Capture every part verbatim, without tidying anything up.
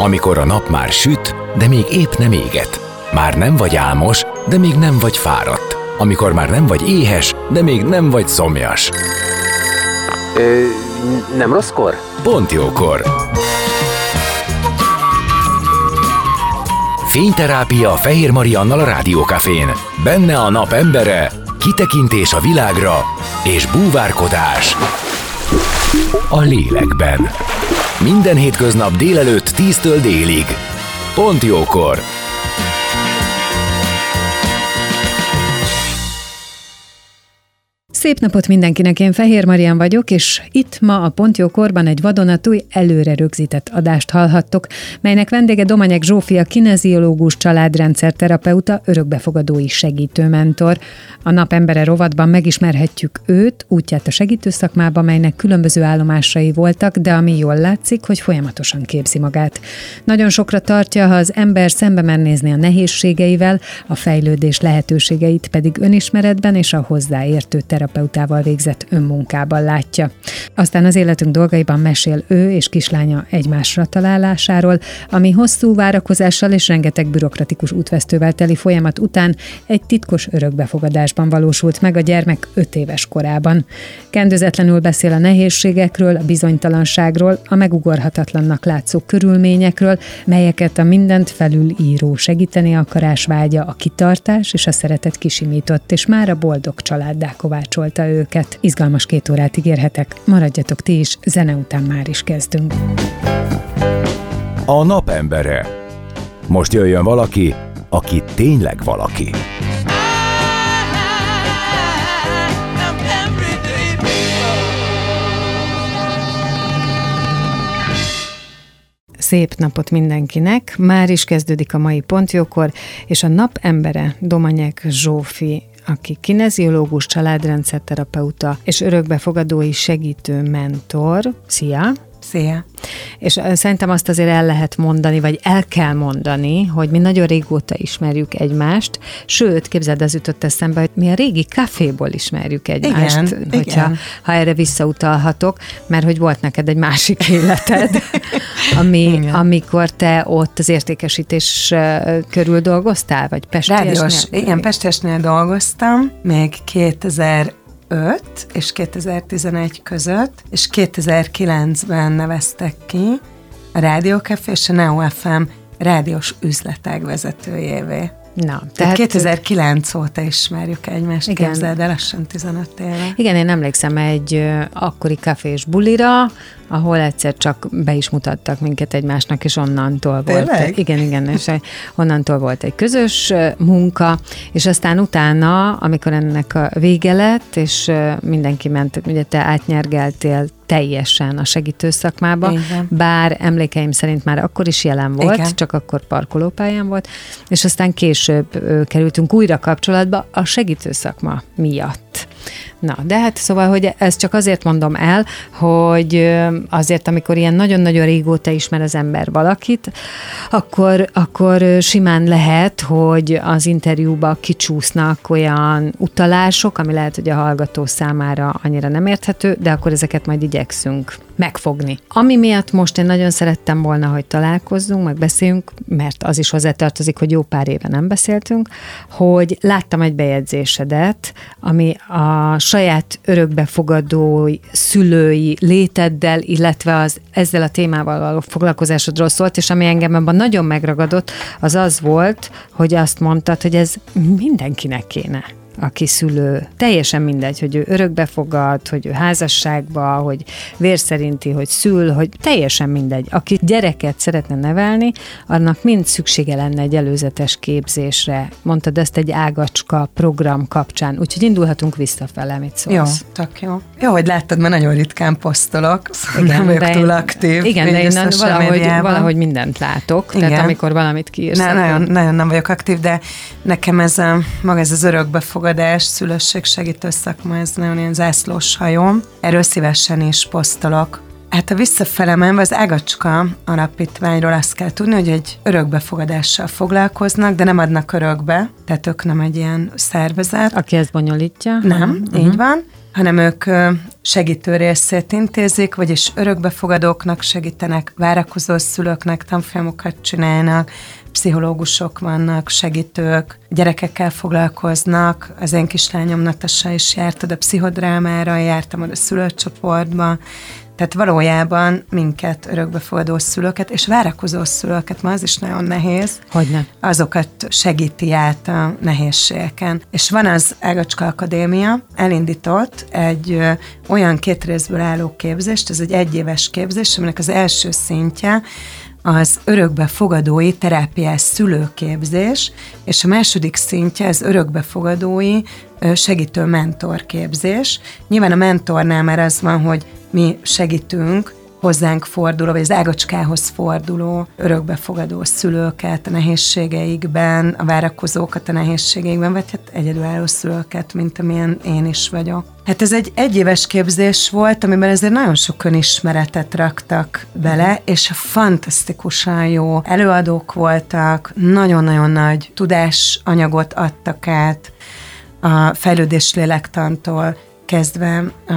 Amikor a nap már süt, de még épp nem éget. Már nem vagy álmos, de még nem vagy fáradt. Amikor már nem vagy éhes, de még nem vagy szomjas. Ö, nem rosszkor? Pont jókor. Fényterápia Fehér Mariannal a Rádiókafén. Benne a nap embere, kitekintés a világra és búvárkodás a lélekben. Minden hétköznap délelőtt tíztől délig. Pont jókor. Szép napot mindenkinek, én Fehér Marian vagyok, és itt ma a Pont Jókorban egy vadonatúj, előre rögzített adást hallhattok, melynek vendége Domanyek Zsófia, kineziológus, családrendszerterapeuta, örökbefogadói segítőmentor. A Napembere rovatban megismerhetjük őt, útját a segítőszakmába, melynek különböző állomásai voltak, de ami jól látszik, hogy folyamatosan képzi magát. Nagyon sokra tartja, ha az ember szembe mer nézni a nehézségeivel, a fejlődés lehetőségeit pedig önismeretben és a hozzáértő terapeutával végzett önmunkában látja. Aztán az életünk dolgaiban mesél ő és kislánya egymásra találásáról, ami hosszú várakozással és rengeteg bürokratikus útvesztővel teli folyamat után egy titkos örökbefogadásban valósult meg a gyermek öt éves korában. Kendőzetlenül beszél a nehézségekről, a bizonytalanságról, a megugorhatatlannak látszó körülményekről, melyeket a mindent felülíró segíteni akarás vágya, a kitartás és a szeretet kisimított, és már a boldog családdá kovácsolta őket. Izgalmas két órát ígérhetek, maradjatok ti is, zene után már is kezdünk. A Napembere. Most jöjjön valaki, aki tényleg valaki. Szép napot mindenkinek! Már is kezdődik a mai Pontjókor, és a Napembere Domanyek Zsófi, aki kineziológus, családrendszerterapeuta és örökbefogadói segítő mentor. Szia! Szia! És szerintem azt azért el lehet mondani, vagy el kell mondani, hogy mi nagyon régóta ismerjük egymást, sőt, képzeld, az jutott eszembe, hogy mi a régi kaféból ismerjük egymást, igen, hogyha, igen. ha erre visszautalhatok, mert hogy volt neked egy másik életed, ami, amikor te ott az értékesítés körül dolgoztál, vagy Pestiesnél? Rádiós, igen, Pestiesnél dolgoztam, még kétezer öt és kétezer-tizenegy között, és kétezer-kilencben neveztek ki a Rádiókafé és a Neo ef em rádiós üzletág vezetőjévé. Na, tehát, tehát kétezer-kilenc óta ismerjük egymást, igen. Képzeld el, lassan tizenöt éve. Igen, én emlékszem egy uh, akkori kafés bulira, ahol egyszer csak be is mutattak minket egymásnak, és onnantól volt. Tényleg? Igen, igen, és onnantól volt egy közös munka, és aztán utána, amikor ennek a vége lett, és mindenki ment, ugye te átnyergeltél teljesen a segítőszakmába, igen. Bár emlékeim szerint már akkor is jelen volt, igen. Csak akkor parkolópályán volt, és aztán később ö, kerültünk újra kapcsolatba a segítőszakma miatt. Na, de hát szóval, hogy ezt csak azért mondom el, hogy azért, amikor ilyen nagyon-nagyon régóta ismer az ember valakit, akkor, akkor simán lehet, hogy az interjúba kicsúsznak olyan utalások, ami lehet, hogy a hallgató számára annyira nem érthető, de akkor ezeket majd igyekszünk megfogni. Ami miatt most én nagyon szerettem volna, hogy találkozzunk, meg beszéljünk, mert az is hozzátartozik, hogy jó pár éve nem beszéltünk, hogy láttam egy bejegyzésedet, ami a saját örökbefogadói, szülői léteddel, illetve az ezzel a témával való foglalkozásodról szólt, és ami engem abban nagyon megragadott, az az volt, hogy azt mondtad, hogy ez mindenkinek kéne, aki szülő. Teljesen mindegy, hogy ő örökbefogad, hogy ő házasságba, hogy vérszerinti, hogy szül, hogy teljesen mindegy. Aki gyereket szeretne nevelni, annak mind szüksége lenne egy előzetes képzésre. Mondtad ezt egy ágacska program kapcsán, úgyhogy indulhatunk visszafele, mit szólsz? Jó, tök jó. Jó, hogy láttad, mert nagyon ritkán posztolok, szóval igen, nem vagyok túl én, aktív. Igen, de én valahogy, valahogy mindent látok, igen. Tehát amikor valamit kiírsz. Ne, nagyon, nagyon nem vagyok aktív, de nekem ez a, maga ez az örökbefogadás, szülőség segítő szakma, ez nagyon ilyen zászlós hajóm. Erről szívesen is posztolok. Hát a visszafele menve az Ágacska alapítványról azt kell tudni, hogy egy örökbefogadással foglalkoznak, de nem adnak örökbe, tehát ők nem egy ilyen szervezet. Aki ezt bonyolítja? Nem, uh-huh. Így van. hanem ők segítő részét intézik, vagyis örökbefogadóknak segítenek, várakozó szülőknek tanfolyamokat csinálnak, pszichológusok vannak, segítők, gyerekekkel foglalkoznak. Az én kislányom Natasa is járt oda pszichodrámára, jártam oda szülőcsoportba, tehát valójában minket, örökbefogadó szülőket, és várakozó szülőket, ma az is nagyon nehéz. Hogyne. Azokat segíti át a nehézségeken. És van az Ágacska Akadémia, elindított egy ö, olyan két részből álló képzést, ez egy egyéves képzés, aminek az első szintje az örökbefogadói terápiás szülőképzés, és a második szintje az örökbefogadói segítő mentorképzés. Nyilván a mentornál már az van, hogy mi segítünk hozzánk forduló, vagy az Ágacskához forduló örökbefogadó szülőket a nehézségeikben, a várakozókat a nehézségeikben, vagy hát egyedülálló szülőket, mint amilyen én is vagyok. Hát ez egy egyéves képzés volt, amiben ezért nagyon sok önismeretet raktak bele, és fantasztikusan jó előadók voltak, nagyon-nagyon nagy tudásanyagot adtak át a fejlődés lélektantól kezdve a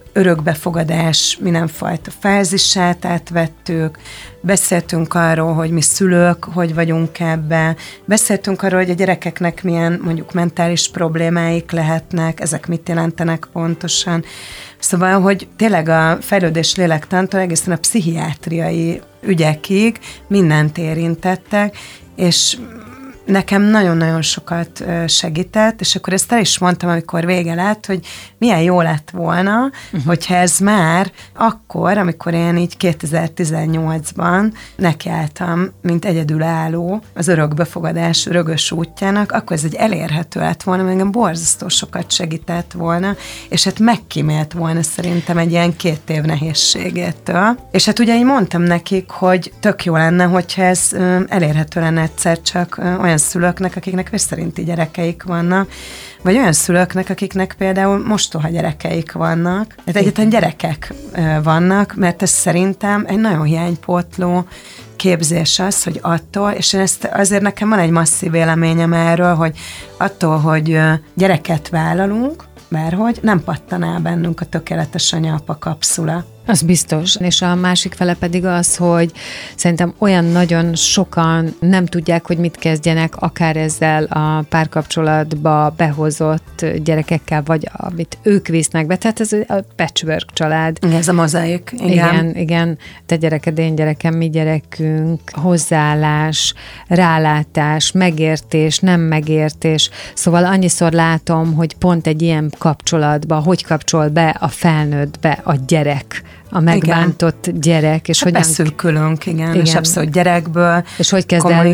örökbefogadás mindenfajta fázisát átvettük, beszéltünk arról, hogy mi szülők, hogy vagyunk ebbe, beszéltünk arról, hogy a gyerekeknek milyen mondjuk mentális problémáik lehetnek, ezek mit jelentenek pontosan. Szóval, hogy tényleg a fejlődés lélektantól egészen a pszichiátriai ügyekig mindent érintettek, és nekem nagyon-nagyon sokat segített, és akkor ezt el is mondtam, amikor vége lett, hogy milyen jó lett volna, uh-huh. hogyha ez már akkor, amikor én így kétezer-tizennyolcban nekiálltam, mint egyedülálló az örökbefogadás örökös útjának, akkor ez egy elérhető lett volna, mert engem borzasztó sokat segített volna, és hát megkímélt volna szerintem egy ilyen két év nehézségétől. És hát ugye így mondtam nekik, hogy tök jó lenne, hogyha ez elérhető lenne egyszer csak olyan szülőknek, akiknek szerinti gyerekeik vannak, vagy olyan szülőknek, akiknek például mostoha gyerekeik vannak, tehát egyáltalán gyerekek vannak, mert ez szerintem egy nagyon hiánypótló képzés az, hogy attól, és én ezt, azért nekem van egy masszív véleményem erről, hogy attól, hogy gyereket vállalunk, bárhogy nem pattan el bennünk a tökéletes anya-apa kapszula. Az biztos, és a másik fele pedig az, hogy szerintem olyan nagyon sokan nem tudják, hogy mit kezdjenek akár ezzel a párkapcsolatba behozott gyerekekkel, vagy amit ők visznek be, tehát ez a patchwork család. Igen, ez a mozaik. Igen. igen, igen, te gyereked, én gyerekem, mi gyerekünk, hozzáállás, rálátás, megértés, nem megértés, szóval annyiszor látom, hogy pont egy ilyen kapcsolatba, hogy kapcsol be a felnőttbe a gyerek, a megbántott igen. gyerek, és hát hogyan... beszűkülünk, igen, igen, és abszolút gyerekből és hogy kezd el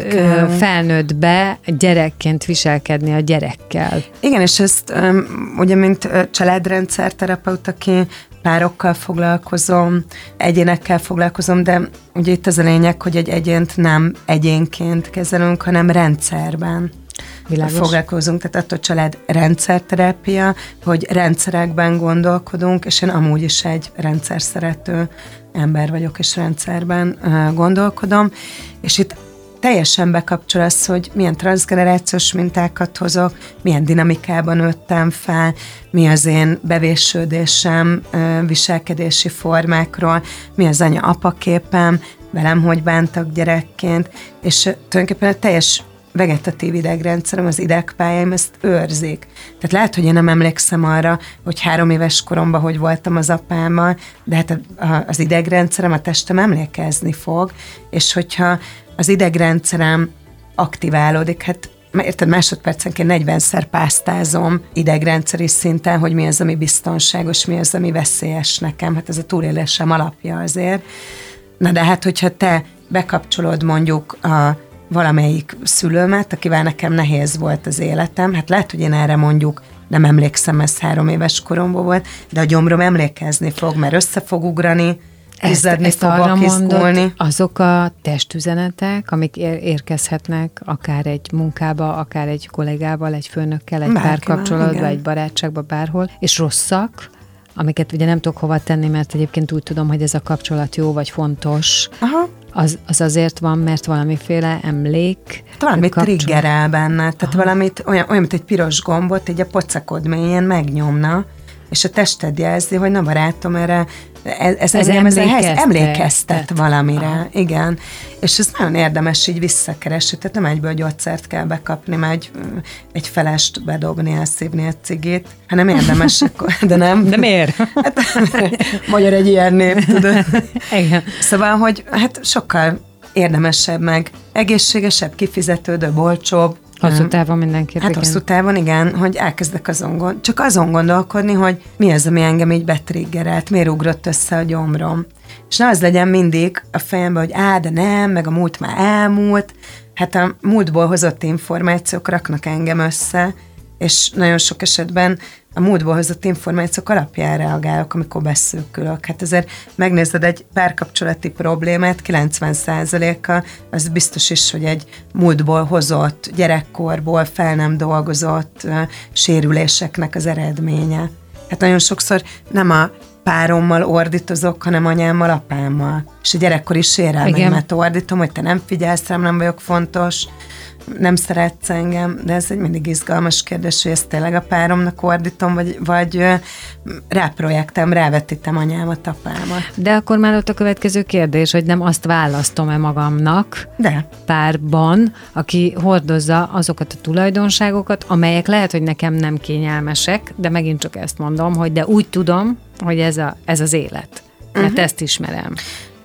felnőttbe gyerekként viselkedni a gyerekkel. Igen, és ezt ugye, mint családrendszerterapeutaként párokkal foglalkozom, egyénekkel foglalkozom, de ugye itt az a lényeg, hogy egy egyént nem egyénként kezelünk, hanem rendszerben. Világos. Foglalkozunk, tehát attól család rendszerterápia, hogy rendszerekben gondolkodunk, és én amúgy is egy rendszer szerető ember vagyok, és rendszerben uh, gondolkodom, és itt teljesen bekapcsol az, hogy milyen transzgenerációs mintákat hozok, milyen dinamikában nőttem fel, mi az én bevésődésem uh, viselkedési formákról, mi az anya-apa képem, velem hogy bántak gyerekként, és uh, tulajdonképpen a teljes vegetatív idegrendszerem, az idegpályáim ezt őrzik. Tehát lehet, hogy én nem emlékszem arra, hogy három éves koromban hogy voltam az apámmal, de hát a, a, az idegrendszerem, a testem emlékezni fog, és hogyha az idegrendszerem aktiválódik, hát érted, másodpercenként negyvenszer pásztázom idegrendszeri szinten, hogy mi az, ami biztonságos, mi az, ami veszélyes nekem, hát ez a túlélésem alapja azért. Na de hát, hogyha te bekapcsolod mondjuk a valamelyik szülőmet, akivel nekem nehéz volt az életem, hát lehet, hogy én erre mondjuk nem emlékszem, ez három éves koromban volt, de a gyomrom emlékezni fog, mert össze fog ugrani, izzadni fogok, izgulni. Azok a testüzenetek, amik ér- érkezhetnek akár egy munkába, akár egy kollégával, egy főnökkel, egy párkapcsolatba, egy barátságba, bárhol, és rosszak, amiket ugye nem tudok hova tenni, mert egyébként úgy tudom, hogy ez a kapcsolat jó vagy fontos. Aha. Az, az azért van, mert valamiféle emlék. Valamit triggerel benne, tehát Aha. valamit olyan, olyan, mint egy piros gombot, így a pocakod mélyén megnyomna, és a tested jelzi, hogy na barátom, erre ez, ez, ez engem, ez a helyzet emlékeztet. emlékeztet valamire. Aha. Igen. És ez nagyon érdemes így visszakeresni, tehát nem egyből gyógyszert kell bekapni, már egy, egy felest bedobni, elszívni egy cigit, hanem érdemes, akkor, de nem. De miért? Hát, magyar egy ilyen nép, tudod. Igen. Szóval, hogy hát sokkal érdemesebb, meg egészségesebb, kifizetődőbb, olcsóbb. Hosszú távon mindenképp. Hát igen. hosszú távon, igen, hogy elkezdek azon gond, csak azon gondolkodni, hogy mi az, ami engem így betriggerelt, miért ugrott össze a gyomrom. És ne az legyen mindig a fejemben, hogy á, de nem, meg a múlt már elmúlt. Hát a múltból hozott információk raknak engem össze, és nagyon sok esetben a múltból hozott információk alapján reagálok, amikor beszűkülök. Hát ezért megnézed egy párkapcsolati problémát, kilencven százaléka az biztos is, hogy egy múltból hozott, gyerekkorból fel nem dolgozott uh, sérüléseknek az eredménye. Hát nagyon sokszor nem a párommal ordítozok, hanem anyámmal, apámmal. És a gyerekkori sérelmeimet ordítom, hogy te nem figyelsz rám, nem vagyok fontos, nem szeretsz engem, de ez egy mindig izgalmas kérdés, hogy ezt tényleg a páromnak ordítom, vagy, vagy ráprojektem, rávetítem anyámat, apámat. De akkor már ott a következő kérdés, hogy nem azt választom-e magamnak De. párban, aki hordozza azokat a tulajdonságokat, amelyek lehet, hogy nekem nem kényelmesek, de megint csak ezt mondom, hogy de úgy tudom, hogy ez, a, ez az élet. Mert uh-huh. ezt ismerem.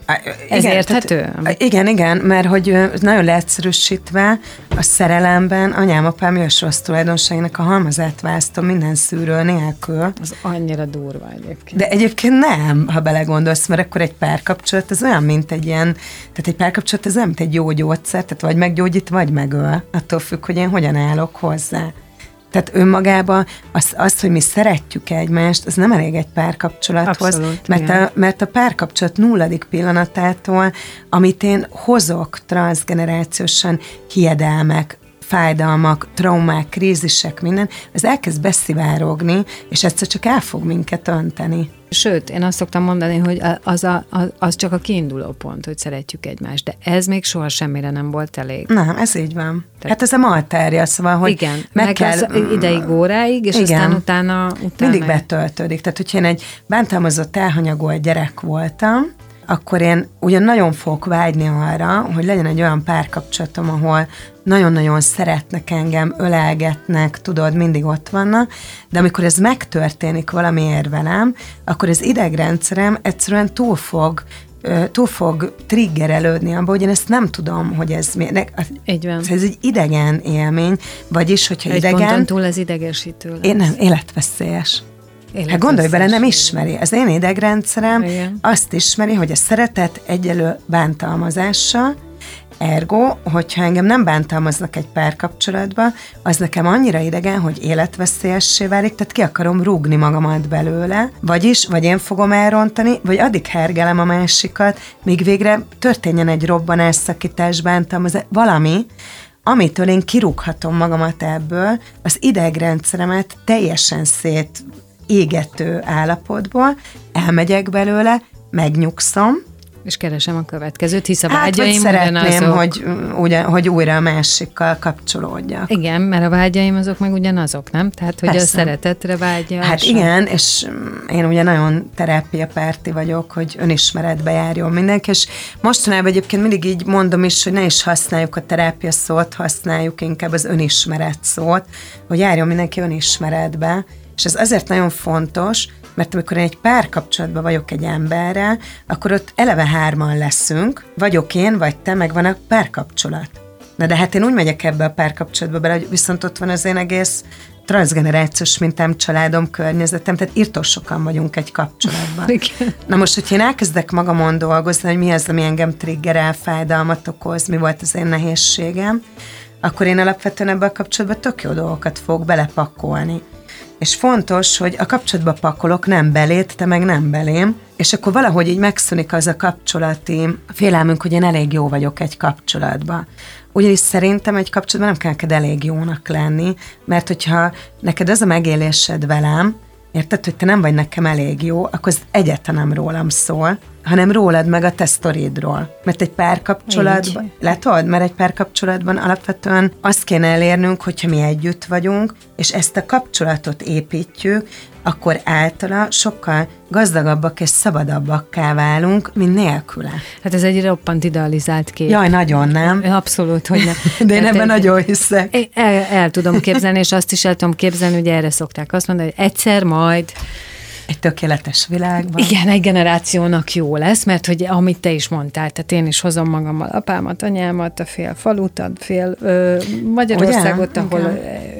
Ez igen, érthető? Tehát, igen, igen, mert hogy nagyon leegyszerűsítve a szerelemben anyám, apám jös rossz tulajdonságnak a halmazát választom minden szűrő nélkül. Az annyira durva egyébként. De egyébként nem, ha belegondolsz, mert akkor egy párkapcsolat az olyan, mint egy ilyen, tehát egy párkapcsolat az olyan, mint egy jó gyógyszer, tehát vagy meggyógyít, vagy megöl. Attól függ, hogy én hogyan állok hozzá. Tehát önmagában az, az, hogy mi szeretjük egymást, az nem elég egy párkapcsolathoz, Abszolút, mert, a, mert a párkapcsolat nulladik pillanatától, amit én hozok transzgenerációsan hiedelmek, fájdalmak, traumák, krízisek, minden, az elkezd beszivárogni, és egyszer csak el fog minket önteni. Sőt, én azt szoktam mondani, hogy az, a, az csak a kiinduló pont, hogy szeretjük egymást, de ez még soha semmire nem volt elég. Nem, ez így van. Tehát hát ez a maltárja, szóval, hogy igen, meg, meg kell... az ideig, óráig, és igen, aztán utána... utána mindig betöltődik. Tehát, hogyha én egy bántalmazott, elhanyagolt gyerek voltam, akkor én ugyan nagyon fogok vágyni arra, hogy legyen egy olyan párkapcsolatom, ahol nagyon-nagyon szeretnek engem, ölelgetnek, tudod, mindig ott vannak, de amikor ez megtörténik valamiért velem, akkor az idegrendszerem egyszerűen túl fog, túl fog triggerelődni abba, hogy én ezt nem tudom, hogy ez mi. Így van. Ez egy idegen élmény, vagyis, hogyha egy idegen... Egy ponton túl az idegesítő lesz. Én nem, életveszélyes. Hát gondolj bele, nem ismeri. Az én idegrendszerem igen. azt ismeri, hogy a szeretet egyelő bántalmazással, ergo, hogyha engem nem bántalmaznak egy párkapcsolatba, az nekem annyira idegen, hogy életveszélyessé válik, tehát ki akarom rúgni magamat belőle, vagyis, vagy én fogom elrontani, vagy addig hergelem a másikat, míg végre történjen egy robbanás, szakítás, bántalmazás, valami, amitől én kirúghatom magamat ebből, az idegrendszeremet teljesen szét égető állapotból, elmegyek belőle, megnyugszom, és keresem a következőt, hisz a hát, vágyaim szeretném, ugyanazok. hogy, ugyan, hogy újra a másikkal kapcsolódjak. Igen, mert a vágyaim azok meg ugyanazok, nem? Tehát, hogy Persze. a szeretetre vágyja. Hát igen, és én ugye nagyon terápiapárti vagyok, hogy önismeretbe járjon mindenki, és mostanában egyébként mindig így mondom is, hogy ne is használjuk a terápia szót, használjuk inkább az önismeret szót, hogy járjon mindenki önismeretbe, és ez azért nagyon fontos, mert amikor én egy párkapcsolatban vagyok egy emberrel, akkor ott eleve hárman leszünk, vagyok én, vagy te, meg van a párkapcsolat. Na de hát én úgy megyek ebbe a párkapcsolatba bele, hogy viszont ott van az én egész transzgenerációs mintám, családom, környezetem, tehát írtó sokan vagyunk egy kapcsolatban. Igen. Na most, hogyha én elkezdek magamon dolgozni, hogy mi az, ami engem triggerel, fájdalmat okoz, mi volt az én nehézségem, akkor én alapvetően ebbe a kapcsolatban tök jó dolgokat fogok belepakolni. És fontos, hogy a kapcsolatba pakolok, nem belét, te meg nem belém, és akkor valahogy így megszűnik az a kapcsolati félelmünk, hogy én elég jó vagyok egy kapcsolatban. Ugyanis szerintem egy kapcsolatban nem kell neked elég jónak lenni, mert hogyha neked az a megélésed velem, érted, hogy te nem vagy nekem elég jó, akkor az egyáltalán nem rólam szól, hanem rólad meg a te sztoridról. Mert egy párkapcsolatban, látod? Mert egy párkapcsolatban alapvetően azt kéne elérnünk, hogyha mi együtt vagyunk, és ezt a kapcsolatot építjük, akkor általa sokkal gazdagabbak és szabadabbakká válunk, mint nélküle. Hát ez egy roppant idealizált kép. Jaj, nagyon, nem? Abszolút, hogy nem. De én ebben nagyon hiszek. El, el tudom képzelni, és azt is el tudom képzelni, hogy erre szokták azt mondani, hogy egyszer majd egy tökéletes világban. Igen, egy generációnak jó lesz, mert hogy amit te is mondtál, tehát én is hozom magammal apámat, anyámat, a fél falut, a fél ö, Magyarországot, ugye? Ahol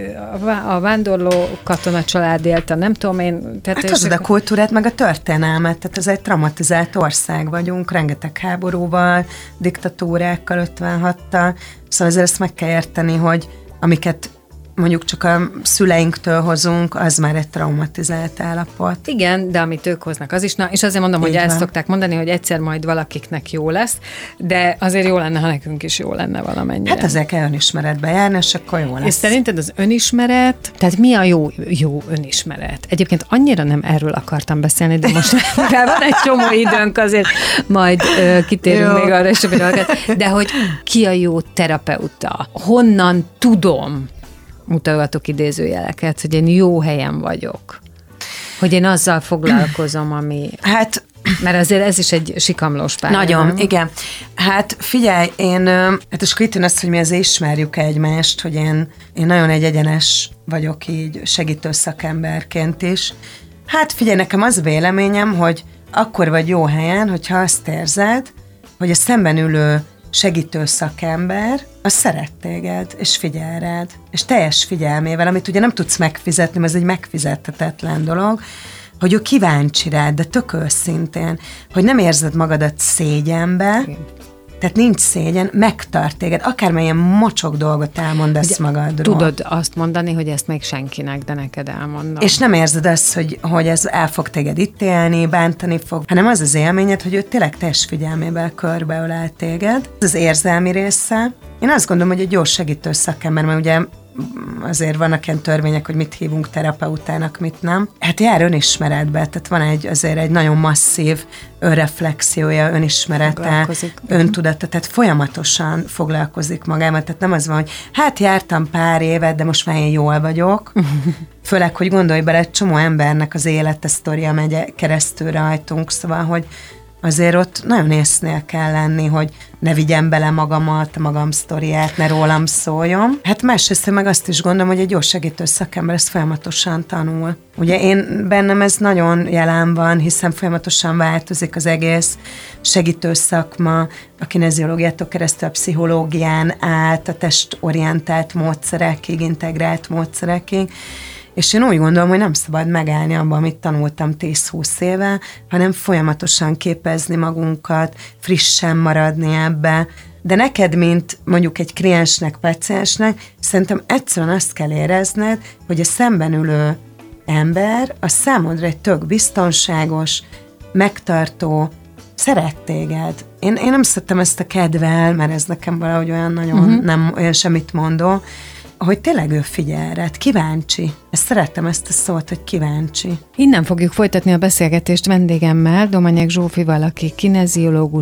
a, a vándorló katona család élt, a nem tudom én. Tehát hát hozod a kultúrát, meg a történelmet, tehát ez egy traumatizált ország vagyunk, rengeteg háborúval, diktatúrákkal, ötvenhattal, szóval ezért ezt meg kell érteni, hogy amiket mondjuk csak a szüleinktől hozunk, az már egy traumatizált állapot. Igen, de amit ők hoznak, az is. Na, és azért mondom, így hogy van. Ezt szokták mondani, hogy egyszer majd valakiknek jó lesz, de azért jó lenne, ha nekünk is jó lenne valamennyire. Hát ezzel kell önismeretbe járni, és akkor jó lesz. És szerinted az önismeret, tehát mi a jó, jó önismeret? Egyébként annyira nem erről akartam beszélni, de most már van egy csomó időnk, azért majd ö, kitérünk jó. még arra is, de hogy ki a jó terapeuta? Honnan tudom, mutogatok idézőjeleket, hogy én jó helyen vagyok. Hogy én azzal foglalkozom, ami... Hát... Mert azért ez is egy sikamlós pálya. Nagyon, nem? Igen. Hát figyelj, én... Hát és itt azt, hogy mi azért ismerjük egymást, hogy én, én nagyon egy egyenes vagyok így segítő szakemberként is. Hát figyelj, nekem az véleményem, hogy akkor vagy jó helyen, hogyha azt érzed, hogy a szemben ülő segítő szakember, az szeret téged, és figyel rád, és teljes figyelmével, amit ugye nem tudsz megfizetni, mert ez egy megfizethetetlen dolog, hogy ő kíváncsi rád, de tök őszintén, hogy nem érzed magadat szégyenbe, igen. Tehát nincs szégyen, megtart téged, akármelyen mocsok dolgot elmondasz ugye, magadról. Tudod azt mondani, hogy ezt még senkinek, de neked elmondom. És nem érzed azt, hogy, hogy ez el fog téged ítélni, bántani fog, hanem az az élményed, hogy ő tényleg teljes figyelmével körbeölel téged. Ez az érzelmi része. Én azt gondolom, hogy egy jó segítő szakember, mert ugye azért vannak ilyen törvények, hogy mit hívunk terapeutának, mit nem. Hát jár önismeretbe, tehát van egy, azért egy nagyon masszív önreflexiója, önismerete, öntudata, tehát folyamatosan foglalkozik magával, tehát nem az van, hogy hát jártam pár évet, de most már én jól vagyok. Főleg, hogy gondolj bele, egy csomó embernek az élete sztoria megy keresztül rajtunk, szóval, hogy azért ott nagyon észnél kell lenni, hogy ne vigyem bele magamat, a magam sztoriát, ne rólam szóljon. Hát másrészt meg azt is gondolom, hogy egy jó segítő szakember ezt folyamatosan tanul. Ugye én bennem ez nagyon jelen van, hiszen folyamatosan változik az egész segítő szakma, a kineziológiától keresztül a pszichológián át, a testorientált módszerekig, integrált módszerekig. És én úgy gondolom, hogy nem szabad megállni abban, amit tanultam tíz-húsz éve, hanem folyamatosan képezni magunkat, frissen maradni ebbe. De neked, mint mondjuk egy kliensnek, paciensnek, szerintem egyszerűen azt kell érezned, hogy a szemben ülő ember a számodra egy tök biztonságos, megtartó, szeret téged. Én, én nem szerettem ezt a kedvel, mert ez nekem valahogy olyan nagyon uh-huh. nem olyan semmit mondó, hogy tényleg ő figyel rád, kíváncsi. Ezt szerettem ezt a szót, hogy kíváncsi. Innen fogjuk folytatni a beszélgetést vendégemmel, Domanyek Zsófival, aki kineziológus,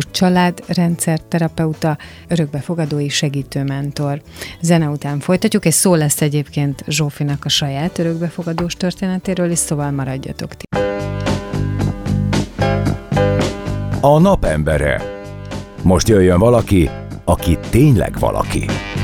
családrendszerterapeuta, örökbefogadói segítőmentor. Zene után folytatjuk, és szó lesz egyébként Zsófinak a saját örökbefogadós történetéről, és szóval maradjatok ti. A napembere. Most jöjjön valaki, aki tényleg valaki.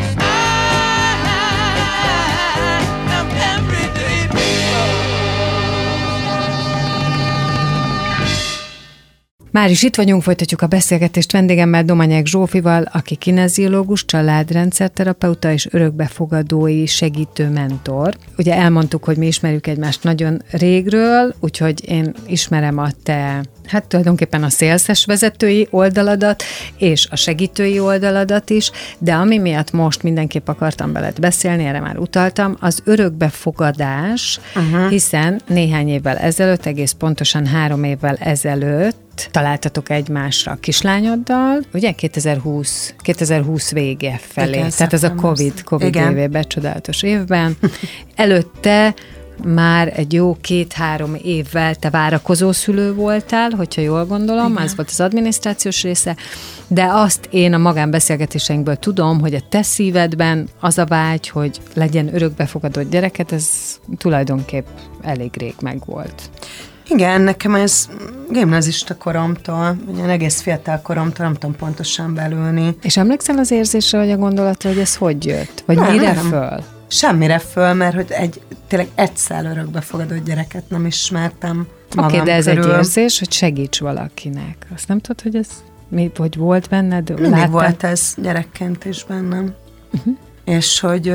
Már is itt vagyunk, folytatjuk a beszélgetést vendégemmel, Domanyek Zsófival, aki kineziológus, családrendszerterapeuta és örökbefogadói segítő mentor. Ugye elmondtuk, hogy mi ismerjük egymást nagyon régről, úgyhogy én ismerem a te, hát tulajdonképpen a szélszes vezetői oldaladat, és a segítői oldaladat is, de ami miatt most mindenképp akartam veled beszélni, erre már utaltam, az örökbefogadás, uh-huh. hiszen néhány évvel ezelőtt, egész pontosan három évvel ezelőtt találtatok egymásra a kislányoddal, ugye kétezer-húsz, kétezer-húsz vége felé, igen, tehát ez a Covid, Covid évében, csodálatos évben. Előtte már egy jó két-három évvel te várakozó szülő voltál, hogyha jól gondolom, igen. Ez volt az adminisztrációs része, de azt én a magánbeszélgetéseinkből tudom, hogy a te szívedben az a vágy, hogy legyen örökbefogadott gyereket, ez tulajdonképp elég rég megvolt. Igen, nekem ez gimnazista koromtól, ugye egész fiatal koromtól nem tudom pontosan belülni. És emlékszel az érzésre, vagy a gondolatra, hogy ez hogy jött? Vagy nem, mire nem. föl? Semmire föl, mert hogy egy, tényleg egyszer örökbefogadott gyereket nem ismertem magam Oké, okay, de ez körül. egy érzés, hogy segíts valakinek. Azt nem tudod, hogy ez mi, hogy volt benned? Mindig láttál? volt ez gyerekként is bennem. Uh-huh. És hogy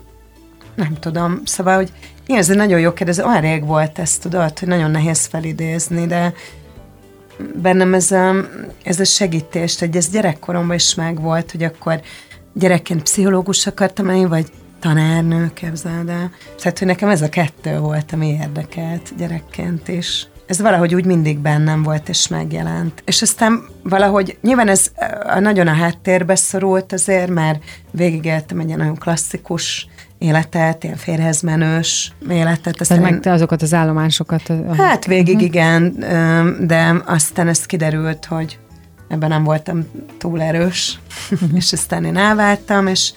nem tudom, szóval, hogy igen, ez egy nagyon jó kérdés, olyan rég volt ez, tudod, hogy nagyon nehéz felidézni, de bennem ez a, ez a segítés, hogy ez gyerekkoromban is megvolt, hogy akkor gyerekként pszichológus akartam lenni, vagy tanárnő, képzeld el. Tehát, hogy nekem ez a kettő volt, ami érdekelt gyerekként is. Ez valahogy úgy mindig bennem volt és megjelent. És aztán valahogy, nyilván ez nagyon a háttérbe szorult azért, mert végigéltem egy ilyen nagyon klasszikus életet, ilyen férjezmenős életet. Aztán meg te azokat az állomásokat. A... Hát végig igen, de aztán ez kiderült, hogy ebben nem voltam túl erős, és aztán én elváltam, és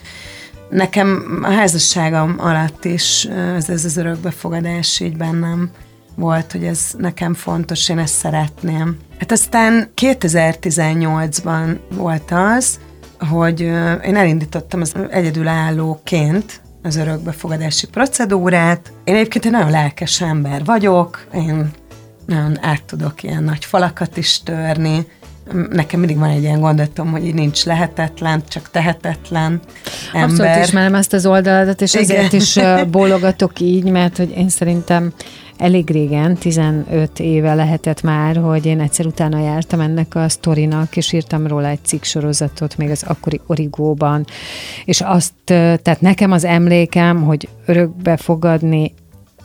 nekem a házasságom alatt is ez, ez az örökbefogadás így bennem volt, hogy ez nekem fontos, én ezt szeretném. Hát aztán kétezer-tizennyolcban volt az, hogy én elindítottam az egyedülállóként az örökbefogadási procedúrát. Én egyébként egy nagyon lelkes ember vagyok, én nagyon át tudok ilyen nagy falakat is törni. Nekem mindig van egy ilyen gondolatom, hogy így nincs lehetetlen, csak tehetetlen ember. Abszolút ismerem ezt az oldaladat, és igen. Ezért is bólogatok így, mert hogy én szerintem elég régen, tizenöt éve lehetett már, hogy én egyszer utána jártam ennek a sztorinak, és írtam róla egy cikksorozatot még az akkori Origóban, és azt, tehát nekem az emlékem, hogy örökbefogadni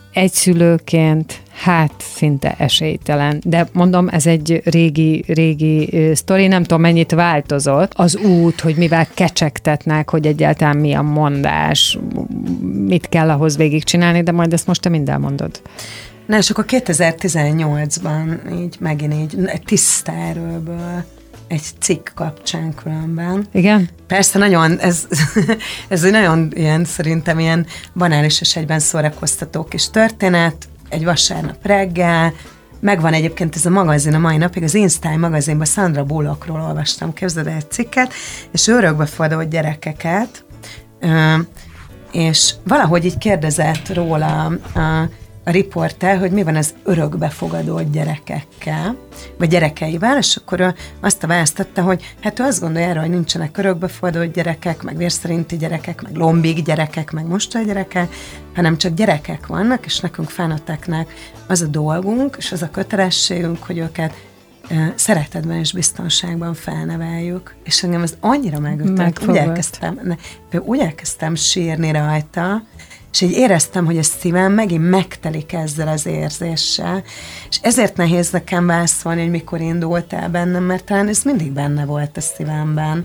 egyszülőként, hát szinte esélytelen. De mondom, ez egy régi, régi sztori, nem tudom mennyit változott. Az út, hogy mivel kecsegtetnek, hogy egyáltalán mi a mondás, mit kell ahhoz végigcsinálni, de majd ezt most te mind elmondod. Na, és akkor kétezer-tizennyolcban így megint így egy tiszta erőből egy cikk kapcsán különben. Igen? Persze nagyon, ez, ez egy nagyon ilyen, szerintem ilyen banális és egyben szórakoztató kis történet, egy vasárnap reggel, megvan egyébként ez a magazin a mai napig, az InStyle magazinban Sandra Bullockról olvastam, képzeld el egy cikket, és örökbefogadott gyerekeket, és valahogy így kérdezett róla a a riporter, hogy mi van az örökbefogadott gyerekekkel, vagy gyerekeivel, és akkor ő azt a választotta, hogy hát ő azt gondolja erre, hogy nincsenek örökbefogadott gyerekek, meg vérszerinti gyerekek, meg lombik gyerekek, meg mostai gyerekek, hanem csak gyerekek vannak, és nekünk felnőtteknek az a dolgunk, és az a kötelességünk, hogy őket uh, szeretetben és biztonságban felneveljük. És engem ez annyira megütött, úgy elkezdtem, ne, úgy elkezdtem sírni rajta, és így éreztem, hogy a szívem megint megtelik ezzel az érzéssel, és ezért nehéz nekem válaszolni, hogy mikor indult el bennem, mert talán ez mindig benne volt a szívemben.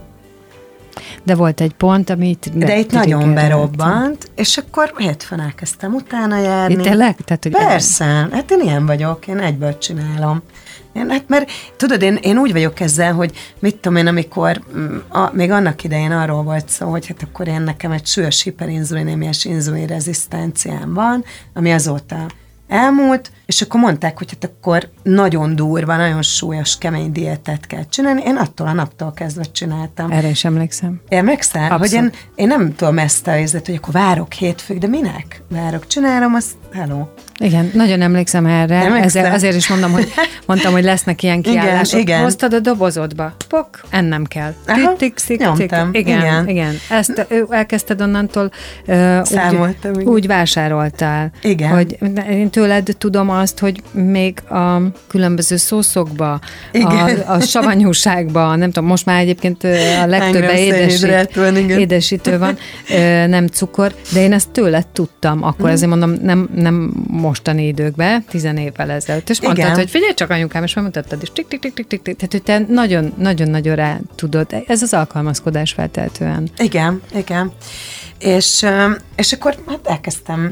De volt egy pont, amit... De itt nagyon berobbant, és akkor hétfőn elkezdtem utána járni. Tényleg? Tehát, hogy persze, hát én ilyen vagyok, én egyből csinálom. Én, hát mert tudod, én, én úgy vagyok ezzel, hogy mit tudom én, amikor a, még annak idején arról volt szó, hogy hát akkor én nekem egy súlyos hiperinzulinémiás inzulinrezisztenciám van, ami azóta elmúlt, és akkor mondták, hogy hát akkor nagyon durva, nagyon súlyos, kemény diétát kell csinálni. Én attól a naptól kezdve csináltam. Erre is emlékszem. Emlékszel? Hogy én, én nem tudom ezt a helyzetet, hogy akkor várok hétfőig, de minek? Várok, csinálom, azt hello. Igen, nagyon emlékszem erre. Ezzel azért is mondom, hogy mondtam, hogy lesznek ilyen kiállások. Igen, igen. Hoztad a dobozodba. Pok, ennem kell. Aha, tik, tik, nyomtam. Tik. Igen, igen, igen. Ezt ő, elkezdted onnantól uh, úgy, úgy vásároltál. Igen. Hogy én tőled tudom azt, hogy még a különböző szószokba, a, a savanyúságba, nem tudom, most már egyébként a legtöbben édesít, édesítő van, nem cukor, de én ezt tőled tudtam. Akkor mm. ezért mondom, nem, nem mostani időkben, tizen évvel ezelőtt. És mondtad, igen. hogy figyelj csak anyukám, és megmutattad, és tik, tik, tik, tik, tik, tik. Tehát, hogy te nagyon, nagyon, nagyon rá tudod. Ez az alkalmazkodás feltehetően. Igen, igen. És, és akkor hát elkezdtem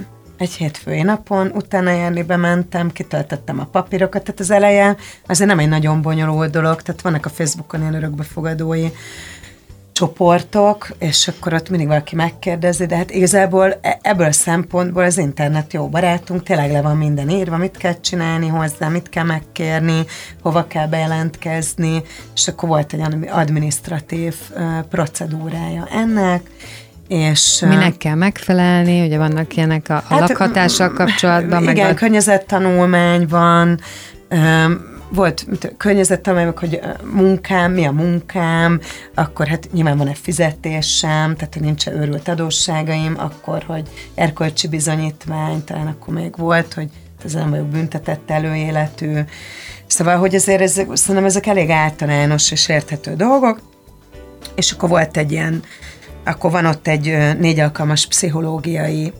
egy hétfői napon, utána Jerlibe mentem, kitöltöttem a papírokat, tehát az eleje azért nem egy nagyon bonyolult dolog, tehát vannak a Facebookon ilyen örökbefogadói csoportok, és akkor ott mindig valaki megkérdezi, de hát igazából ebből a szempontból az internet jó barátunk, tényleg le van minden írva, mit kell csinálni hozzá, mit kell megkérni, hova kell bejelentkezni, és akkor volt egy adminisztratív uh, procedúrája ennek, és... Minek kell megfelelni, ugye vannak ilyenek a, a hát, lakhatással kapcsolatban. Igen, meg a... környezettanulmány van, um, volt környezettanulmány, hogy munkám, mi a munkám, akkor hát nyilván van-e fizetésem, tehát hogy nincs őrült adósságaim, akkor, hogy erkölcsi bizonyítvány, talán akkor még volt, hogy ez nem vagyok büntetett előéletű. Szóval, hogy azért ezek, szerintem ezek elég általános és érthető dolgok, és akkor volt egy ilyen, akkor van ott egy négy alkalmas pszichológiai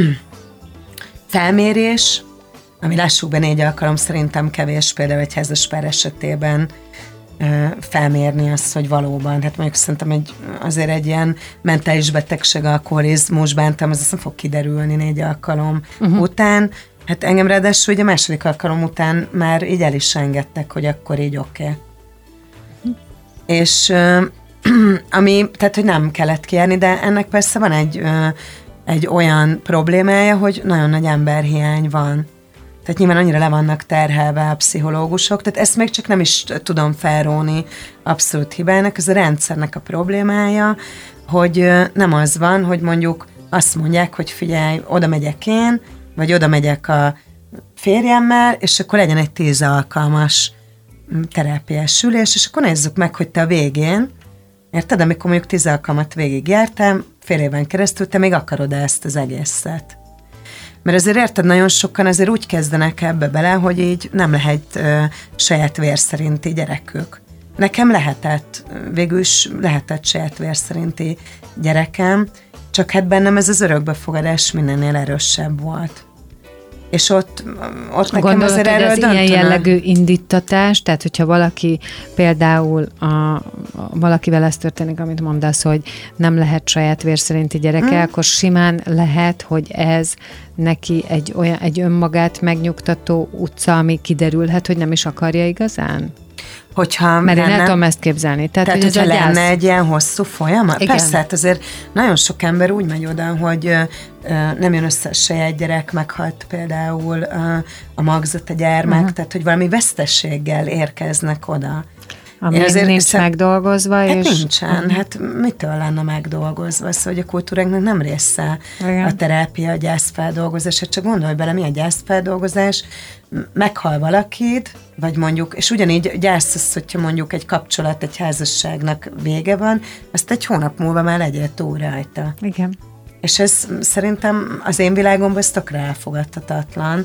felmérés, ami lássuk be négy alkalom szerintem kevés, például egy házaspár esetében felmérni azt, hogy valóban, hát mondjuk szerintem egy, azért egy ilyen mentális betegség, alkoholizmus, bántalmazás, az azt nem fog kiderülni négy alkalom uh-huh. után. Hát engem ráadásul ugye a második alkalom után már így el is engedtek, hogy akkor így oké. Okay. Uh-huh. És ami, tehát hogy nem kellett kérni, de ennek persze van egy, egy olyan problémája, hogy nagyon nagy emberhiány van. Tehát nyilván annyira le vannak terhelve a pszichológusok, tehát ezt még csak nem is tudom felróni abszolút hibának, ez a rendszernek a problémája, hogy nem az van, hogy mondjuk azt mondják, hogy figyelj, oda megyek én, vagy oda megyek a férjemmel, és akkor legyen egy tíz alkalmas terápiás ülés, és akkor nézzük meg, hogy te a végén, érted, amikor mondjuk tíz alkalmat végigjártam, fél éven keresztül, te még akarod ezt az egészet. Mert azért érted, nagyon sokan azért úgy kezdenek ebbe bele, hogy így nem lehet ö, saját vér szerinti gyerekük. Nekem lehetett, végül is lehetett saját vér szerinti gyerekem, csak hát bennem ez az örökbefogadás mindennél erősebb volt. És ott, ott nekem Gondolod, azért hogy erről ez ilyen jellegű indítatás, tehát hogyha valaki például a, a, valakivel ez történik, amit mondasz, hogy nem lehet saját vér szerinti gyereke, hmm. akkor simán lehet, hogy ez neki egy, olyan, egy önmagát megnyugtató utca, ami kiderülhet, hogy nem is akarja igazán? Hogyha Mert lenne, én el tudom ezt képzelni. Tehát, tehát hogy hogyha ez lenne gyász... egy ilyen hosszú folyamat? Igen. Persze, hát azért nagyon sok ember úgy megy oda, hogy ö, nem jön össze a saját gyerek, meghalt például ö, a magzat, a gyermek, uh-huh. tehát hogy valami vesztességgel érkeznek oda. Ami azért nincs szem... megdolgozva. Hát és... nincsen, uh-huh. hát mitől lenne megdolgozva? Szóval, hogy a kultúránknak nem része igen. a terápia, a gyászfeldolgozás. Hát csak gondolj bele, mi a gyászfeldolgozás, meghal valakid, vagy mondjuk, és ugyanígy gyász az, hogyha mondjuk egy kapcsolat, egy házasságnak vége van, azt egy hónap múlva már legyél túl rajta. Igen. És ez szerintem az én világomban ez tökre elfogadhatatlan.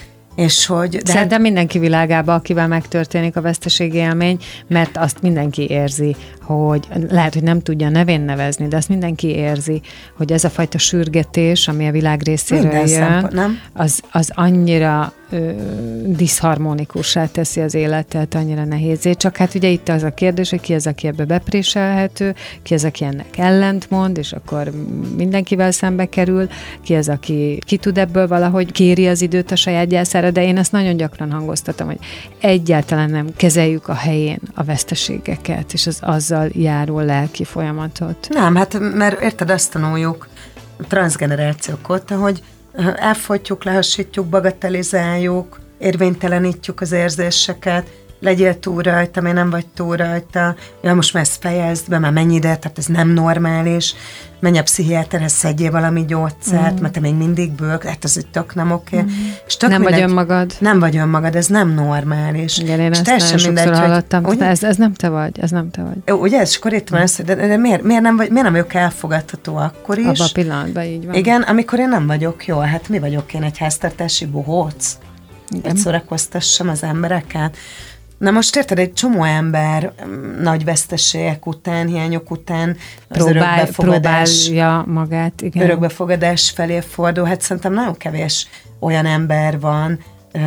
És hogy, de Szerintem hát... mindenki világában, akivel megtörténik a veszteségi élmény, mert azt mindenki érzi, hogy lehet, hogy nem tudja nevén nevezni, de azt mindenki érzi, hogy ez a fajta sürgetés, ami a világ részéről jön, szempont, nem? Az, az annyira ö, diszharmonikussá teszi az életet, annyira nehézé. Csak hát ugye itt az a kérdés, hogy ki az, aki ebbe bepréselhető, ki az, aki ennek ellentmond, és akkor mindenkivel szembe kerül, ki az, aki ki tud ebből valahogy kéri az időt a saját gyászára, de én ezt nagyon gyakran hangoztatom, hogy egyáltalán nem kezeljük a helyén a veszteségeket, és az azzal járó lelki folyamatot. Nem, hát mert érted, azt tanuljuk transzgenerációk óta, hogy elfolytjuk, lehassítjuk, bagatelizáljuk, érvénytelenítjük az érzéseket, legyél túl rajta, még nem vagy túl rajta, ja, most már ezt fejezd be, már mennyi ide, tehát ez nem normális, menj a pszichiáterhez, szedjél valami gyógyszert, mm. mert te még mindig bőg, hát az egy tök nem oké. Okay. Mm. Nem vagy önmagad. Nem vagy önmagad, ez nem normális. Igen, én ezt nagyon sokszor hallottam, hogy, ez, ez nem te vagy, ez nem te vagy. Jó, ugye, és akkor itt van az, de, de miért, miért, nem vagy, miért nem vagyok elfogadható akkor is? Abban a pillanatban így van. Igen, amikor én nem vagyok jó, hát mi vagyok én, egy háztartási bohóc? Hogy szórakoztassam az embereket? Na most érted, egy csomó ember nagy veszteségek után, hiányok után az Próbál, örökbefogadás, próbálja magát, igen. örökbefogadás felé fordul. Hát szerintem nagyon kevés olyan ember van,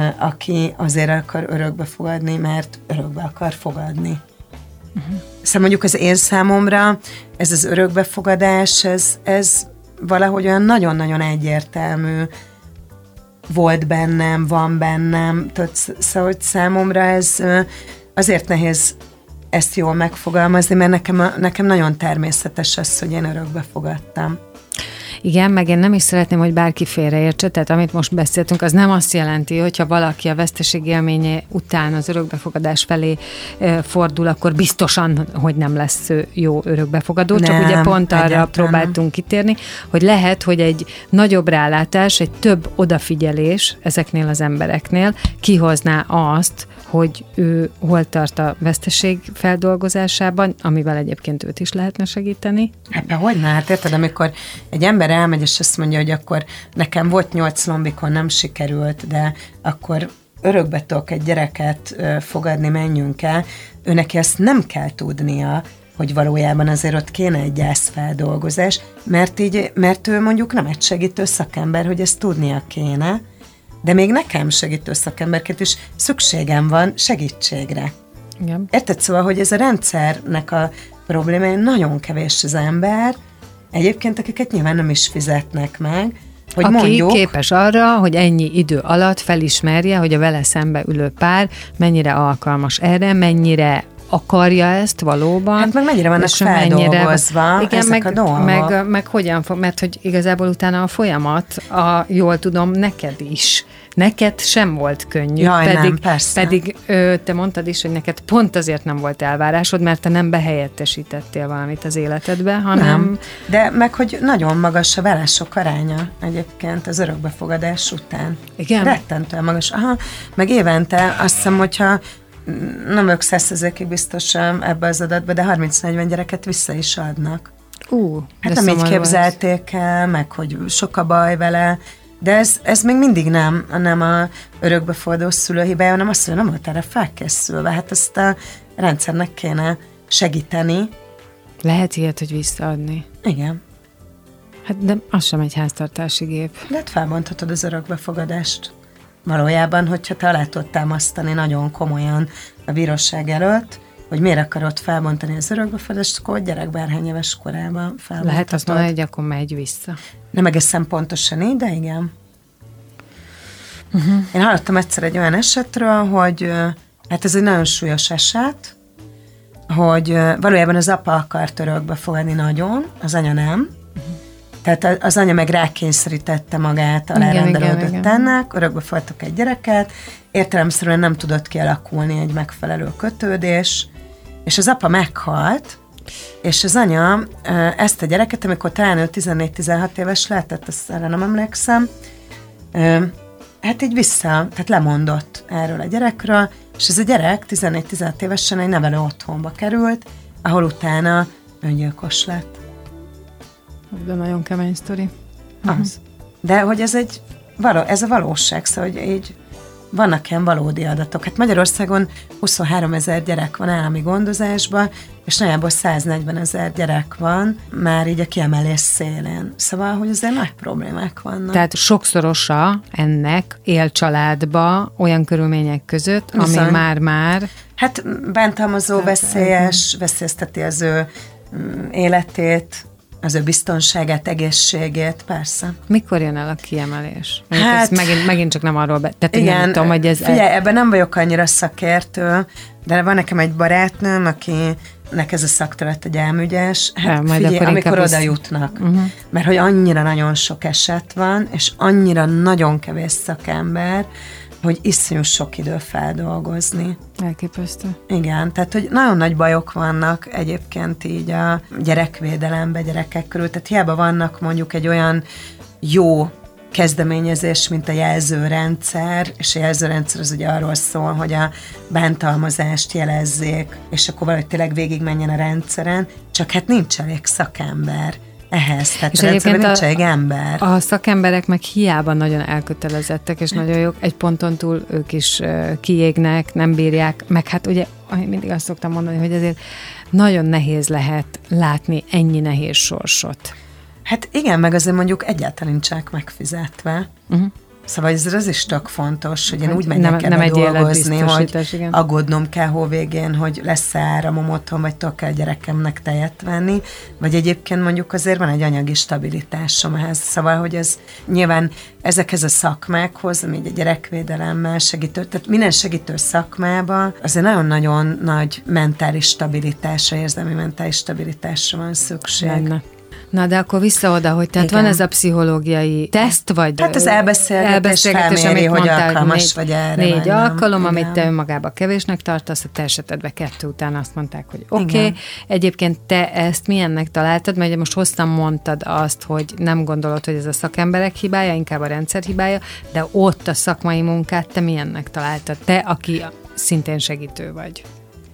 aki azért akar örökbefogadni, mert örökbe akar fogadni. Uh-huh. Szóval mondjuk az én számomra ez az örökbefogadás, ez, ez valahogy olyan nagyon-nagyon egyértelmű volt bennem, van bennem, tudod, szóval hogy számomra ez azért nehéz ezt jól megfogalmazni, mert nekem, nekem nagyon természetes az, hogy én örökbe fogadtam. Igen, meg én nem is szeretném, hogy bárki félreértse, tehát amit most beszéltünk, az nem azt jelenti, hogyha valaki a veszteség élménye után az örökbefogadás felé e, fordul, akkor biztosan, hogy nem lesz jó örökbefogadó, nem, csak ugye pont arra egyáltalán próbáltunk kitérni, hogy lehet, hogy egy nagyobb rálátás, egy több odafigyelés ezeknél az embereknél kihozná azt, hogy ő hol tart a veszteség feldolgozásában, amivel egyébként őt is lehetne segíteni. Hát hogyne, hát érted, amikor egy ember elmegy, és azt mondja, hogy akkor nekem volt nyolc lombikon, nem sikerült, de akkor örökbe tudok egy gyereket fogadni, menjünk el, ő neki azt nem kell tudnia, hogy valójában azért ott kéne egy gyászfeldolgozás, mert, így, mert ő mondjuk nem egy segítő szakember, hogy ezt tudnia kéne, de még nekem segítő szakemberként is szükségem van segítségre. Igen. Érted? Szóval, hogy ez a rendszernek a problémája, nagyon kevés az ember, egyébként akiket nyilván nem is fizetnek meg, hogy aki mondjuk, képes arra, hogy ennyi idő alatt felismerje, hogy a vele szembe ülő pár mennyire alkalmas erre, mennyire akarja ezt valóban. Hát meg mennyire vannak feldolgozva mennyire, igen, ezek meg, a dolgok. Meg, meg hogyan fog, mert hogy igazából utána a folyamat, a, jól tudom, neked is. Neked sem volt könnyű. Jaj, pedig, nem, persze. Pedig ö, te mondtad is, hogy neked pont azért nem volt elvárásod, mert te nem behelyettesítettél valamit az életedbe, hanem... Nem. De meg, hogy nagyon magas a vállások aránya egyébként az örökbefogadás után. Igen? Rettentően magas. Aha, meg évente azt hiszem, hogyha nem ők száz százalékig biztosan ebbe az adatba, de harminc-negyven gyereket vissza is adnak. Uh, hát nem így képzelték el, meg hogy sok a baj vele, de ez, ez még mindig nem, nem a örökbefogadó szülő hibája, hanem azt, hogy nem volt erre felkészülve. Hát ezt a rendszernek kéne segíteni. Lehet ilyet, hogy visszaadni. Igen. Hát de az sem egy háztartási gép. De hát felbonthatod az örökbefogadást. Valójában, hogyha te alá tudod támasztani nagyon komolyan a bíróság előtt, hogy miért akarod felbontani az örökbefogadást, akkor a gyerek bárhány éves korában felbonthatod. Lehet azt mondani, hogy akkor megy vissza. Nem egészen pontosan így, de igen. Uh-huh. Én hallottam egyszer egy olyan esetről, hogy hát ez egy nagyon súlyos eset, hogy valójában az apa akart örökbefogadni nagyon, az anya nem. Uh-huh. Tehát az anya meg rákényszerítette magát, alárendelődött ennek, örökbe fogadtak egy gyereket, értelemszerűen nem tudott kialakulni egy megfelelő kötődés, és az apa meghalt, és az anya ezt a gyereket, amikor talán ő tizennégy-tizenhat éves lehetett, azt erre nem emlékszem, hát így vissza, tehát lemondott erről a gyerekről, és ez a gyerek tizennégy-tizenhat évesen egy nevelő otthonba került, ahol utána öngyilkos lett. De nagyon kemény sztori. Az. De hogy ez egy való, ez a valóság, szóval hogy így vannak ilyen valódi adatok. Hát Magyarországon huszonhárom ezer gyerek van állami gondozásban, és nagyjából száznegyven ezer gyerek van már így a kiemelés szélén. Szóval, hogy azért nagy problémák vannak. Tehát sokszorosa ennek él családba olyan körülmények között, ami Viszont, már-már... Hát bántalmazó, veszélyes, veszélyezteti az ő életét, az ő biztonságát, egészségét, persze. Mikor jön el a kiemelés? Hát, ez megint, megint csak nem arról be... Tehát igen, nem tudom, hogy ez... Figyelj, ebben nem vagyok annyira szakértő, de van nekem egy barátnőm, akinek ez a szakterület egy elműgyes. Hát ja, figyelj, amikor oda ezt... jutnak. Uh-huh. Mert hogy annyira nagyon sok eset van, és annyira nagyon kevés szakember, hogy iszonyú sok idő feldolgozni. Elképesztő. Igen, tehát hogy nagyon nagy bajok vannak egyébként így a gyerekvédelembe, gyerekek körül, tehát hiába vannak mondjuk egy olyan jó kezdeményezés, mint a jelzőrendszer, és a jelzőrendszer az ugye arról szól, hogy a bántalmazást jelezzék, és akkor valahogy tényleg végigmenjen a rendszeren, csak hát nincs elég szakember ehhez, tehát és a rendszerben nincs elég ember. A szakemberek meg hiába nagyon elkötelezettek, és nagyon jók, egy ponton túl ők is kiégnek, nem bírják, meg hát ugye mindig azt szoktam mondani, hogy azért nagyon nehéz lehet látni ennyi nehéz sorsot. Hát igen, meg azért mondjuk egyáltalán nincsenek megfizetve. Uh-huh. Szóval ez az is tök fontos, hogy én úgy nem, menjek nem el egy dolgozni, hogy igen. aggódnom kell hóvégén, hogy lesz-e áramom otthon, vagy tudok el gyerekemnek tejet venni, vagy egyébként mondjuk azért van egy anyagi stabilitásom ehhez. Szóval, hogy ez nyilván ezekhez a szakmákhoz, ami a gyerekvédelemmel segítő, tehát minden segítő szakmában azért nagyon-nagyon nagy mentális stabilitásra, érzelmi mentális stabilitásra van szükség. Lenne. Na, de akkor vissza oda, hogy tehát Igen. van ez a pszichológiai teszt, vagy hát az elbeszélgetés, elbeszélgetés felméri, hogy mondtál, alkalmas négy, vagy erre. Négy nem. alkalom, Igen. amit te önmagában kevésnek tartasz, a te esetedben kettő után azt mondták, hogy oké. Okay. Igen. Egyébként te ezt milyennek találtad, mert most hosszan mondtad azt, hogy nem gondolod, hogy ez a szakemberek hibája, inkább a rendszer hibája, de ott a szakmai munkát te milyennek találtad? Te, aki szintén segítő vagy.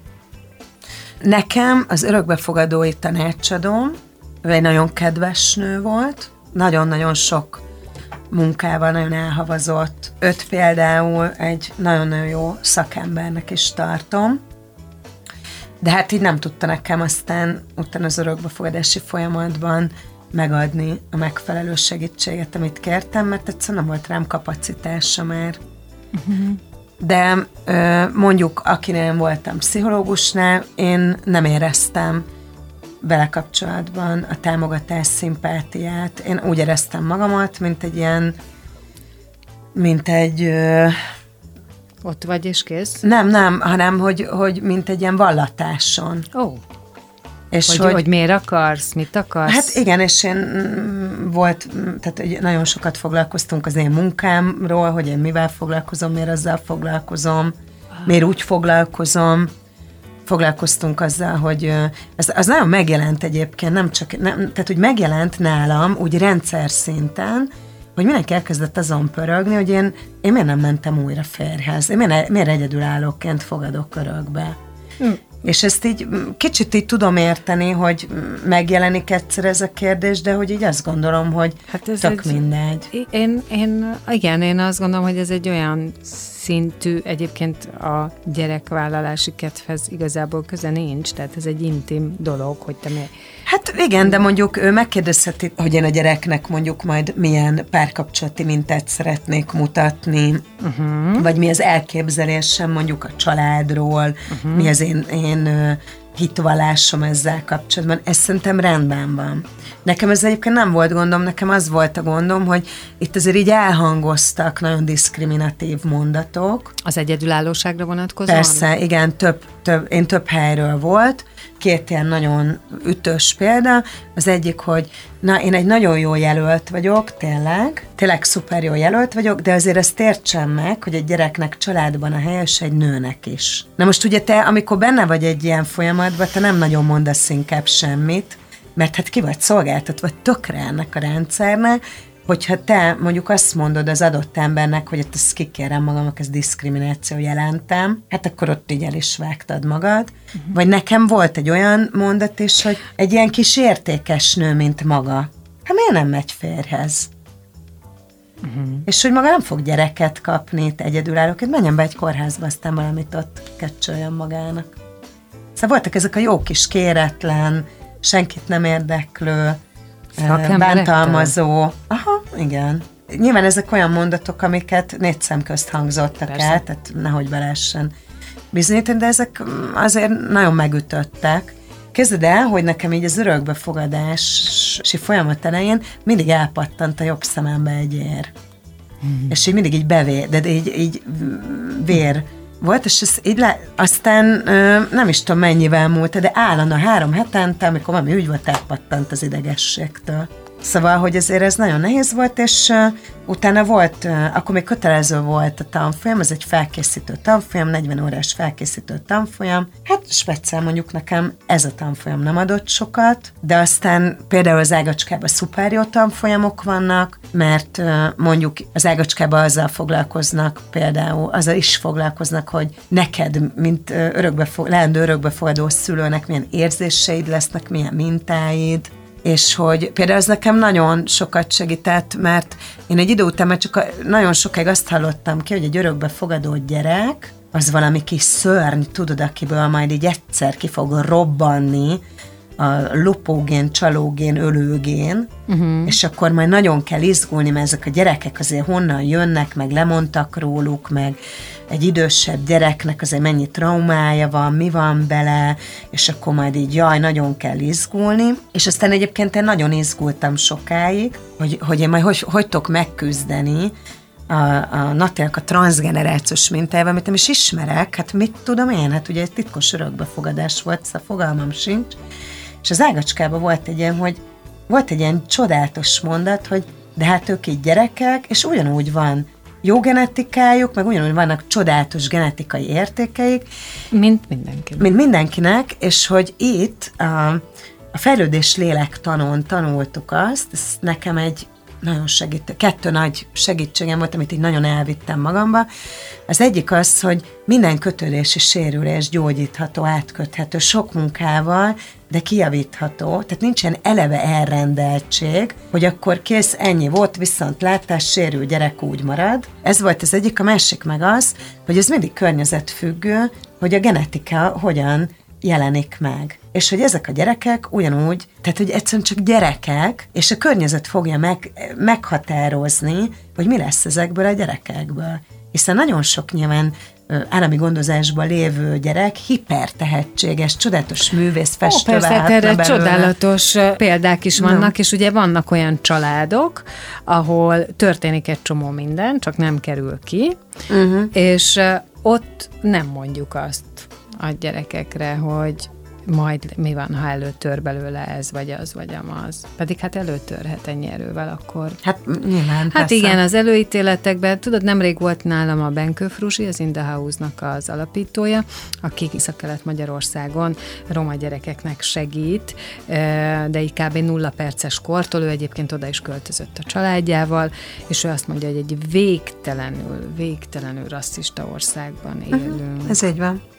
Nekem az örökbefogadói tanácsadóm, ő egy nagyon kedves nő volt, nagyon-nagyon sok munkával nagyon elhavazott. Őt például egy nagyon-nagyon jó szakembernek is tartom, de hát így nem tudta nekem aztán utána az örökbefogadási folyamatban megadni a megfelelő segítséget, amit kértem, mert egyszerűen nem volt rám kapacitása már. Uh-huh. De mondjuk, akinél én voltam pszichológusnál, én nem éreztem vele kapcsolatban a támogatás, szimpátiát. Én úgy éreztem magamat, mint egy ilyen, mint egy... Ö, ott vagy és kész? Nem, nem, hanem, hogy, hogy mint egy ilyen vallatáson. Ó. Oh. És hogy, hogy, hogy miért akarsz, mit akarsz? Hát igen, és én volt, tehát nagyon sokat foglalkoztunk az én munkámról, hogy én mivel foglalkozom, miért azzal foglalkozom, miért úgy foglalkozom. Foglalkoztunk azzal, hogy az, az nagyon megjelent egyébként, nem csak, nem, tehát hogy megjelent nálam úgy rendszer szinten, hogy mindenki elkezdett azon pörögni, hogy én, én miért nem mentem újra férjhez, én miért, miért egyedülállóként fogadok örökbe. Hm. És ezt így kicsit így tudom érteni, hogy megjelenik egyszer ez a kérdés, de hogy így azt gondolom, hogy hát ez tök egy, mindegy. Én, én, igen, én azt gondolom, hogy ez egy olyan szintű, egyébként a gyerekvállalási kedvhez igazából köze nincs, tehát ez egy intim dolog, hogy te mi... Hát igen, de mondjuk ő megkérdezheti, hogy én a gyereknek mondjuk majd milyen párkapcsolati mintát szeretnék mutatni, uh-huh. vagy mi az elképzelésem mondjuk a családról, uh-huh. mi az én, én hitvallásom ezzel kapcsolatban. Ez szerintem rendben van. Nekem ez egyébként nem volt gondom, nekem az volt a gondom, hogy itt azért így elhangoztak nagyon diszkriminatív mondatok. Az egyedülállóságra vonatkozóan? Persze, igen, több, több, én több helyről volt, két ilyen nagyon ütős példa. Az egyik, hogy na, én egy nagyon jó jelölt vagyok, tényleg, tényleg szuper jó jelölt vagyok, de azért ezt értsem meg, hogy egy gyereknek családban a helye, és egy nőnek is. Na most ugye te, amikor benne vagy egy ilyen folyamatban, te nem nagyon mondasz inkább semmit, mert hát ki vagy szolgáltatva tökre ennek a rendszernek, hogyha te mondjuk azt mondod az adott embernek, hogy ezt kikérem magamnak, ez diszkrimináció jelentem, hát akkor ott így el is vágtad magad. Uh-huh. Vagy nekem volt egy olyan mondat is, hogy egy ilyen kis értékes nő, mint maga, hát miért nem megy férjhez? Uh-huh. És hogy maga nem fog gyereket kapni, te egyedülállóként, menjen be egy kórházba, aztán valamit ott kecsöljön magának. Szóval voltak ezek a jó kis kéretlen, senkit nem érdeklő, bántalmazó. Aha, igen. Nyilván ezek olyan mondatok, amiket négy szem közt hangzottak Persze. el, tehát nehogy be lehessen bizonyítani, de ezek azért nagyon megütöttek. Képzeld el, hogy nekem így az örökbefogadási folyamat elején mindig elpattant a jobb szemembe egy ér. Mm. És így mindig így bevér, de így, így vér volt, és ez így le, aztán ö, nem is tudom mennyivel múlt, de állandóan három hetente, amikor valami ügy volt, elpattant az idegességtől. Szóval, hogy azért ez nagyon nehéz volt, és uh, utána volt, uh, akkor még kötelező volt a tanfolyam, ez egy felkészítő tanfolyam, negyven órás felkészítő tanfolyam. Hát speciál mondjuk nekem ez a tanfolyam nem adott sokat, de aztán például az Ágacskában szuper jó tanfolyamok vannak, mert uh, mondjuk az Ágacskában azzal foglalkoznak, például azzal is foglalkoznak, hogy neked, mint uh, örökbefog, leendő örökbefogadó szülőnek milyen érzéseid lesznek, milyen mintáid, és hogy például ez nekem nagyon sokat segített, mert én egy idő után már csak a, nagyon sokáig azt hallottam ki, hogy egy örökbefogadó gyerek, az valami kis szörny, tudod, akiből majd így egyszer ki fog robbanni a lopógén, csalógén, ölőgén, uh-huh. és akkor majd nagyon kell izgulni, mert ezek a gyerekek azért honnan jönnek, meg lemondtak róluk, meg egy idősebb gyereknek azért mennyi traumája van, mi van bele, és akkor majd így jaj, nagyon kell izgulni. És aztán egyébként én nagyon izgultam sokáig, hogy, hogy én majd hogy, hogy tudok megküzdeni a, a Naténak a transzgenerációs mintájával, amit nem is ismerek, hát mit tudom én, hát ugye egy titkos örökbefogadás volt, szóval fogalmam sincs. És az Ágacskában volt egy ilyen, hogy volt egy ilyen csodálatos mondat, hogy de hát ők így gyerekek, és ugyanúgy van jó genetikájuk, meg ugyanúgy vannak csodálatos genetikai értékeik. Mint mindenkinek. Mint mindenkinek, és hogy itt a, a fejlődés lélektanon tanultuk azt, ez nekem egy nagyon segítő, kettő nagy segítségem volt, amit így nagyon elvittem magamba. Az egyik az, hogy minden kötődési sérülés gyógyítható, átköthető, sok munkával, de kijavítható, tehát nincsen eleve elrendeltség, hogy akkor kész, ennyi volt, viszont látás, sérül gyerek úgy marad. Ez volt az egyik, a másik meg az, hogy ez mindig környezetfüggő, hogy a genetika hogyan jelenik meg. És hogy ezek a gyerekek ugyanúgy, tehát hogy egyszerűen csak gyerekek, és a környezet fogja meg, meghatározni, hogy mi lesz ezekből a gyerekekből. Hiszen nagyon sok nyilván állami gondozásban lévő gyerek hipertehetséges, csodálatos művész, festő. Ó, persze, erre csodálatos példák is vannak, no. És ugye vannak olyan családok, ahol történik egy csomó minden, csak nem kerül ki, uh-huh. és ott nem mondjuk azt a gyerekekre, hogy majd mi van, ha előtör belőle ez, vagy az, vagy amaz. Pedig hát előtörhet ennyi erővel akkor. Hát nyilván, Hát persze. igen, az előítéletekben, tudod, nemrég volt nálam a Benkő Fruzsi, az In The House-nak az alapítója, aki Észak-Kelet-Magyarországon roma gyerekeknek segít, de így kb. nulla perces kortól, ő egyébként oda is költözött a családjával, és ő azt mondja, hogy egy végtelenül, végtelenül rasszista országban élünk. Uh-huh. Ez így van.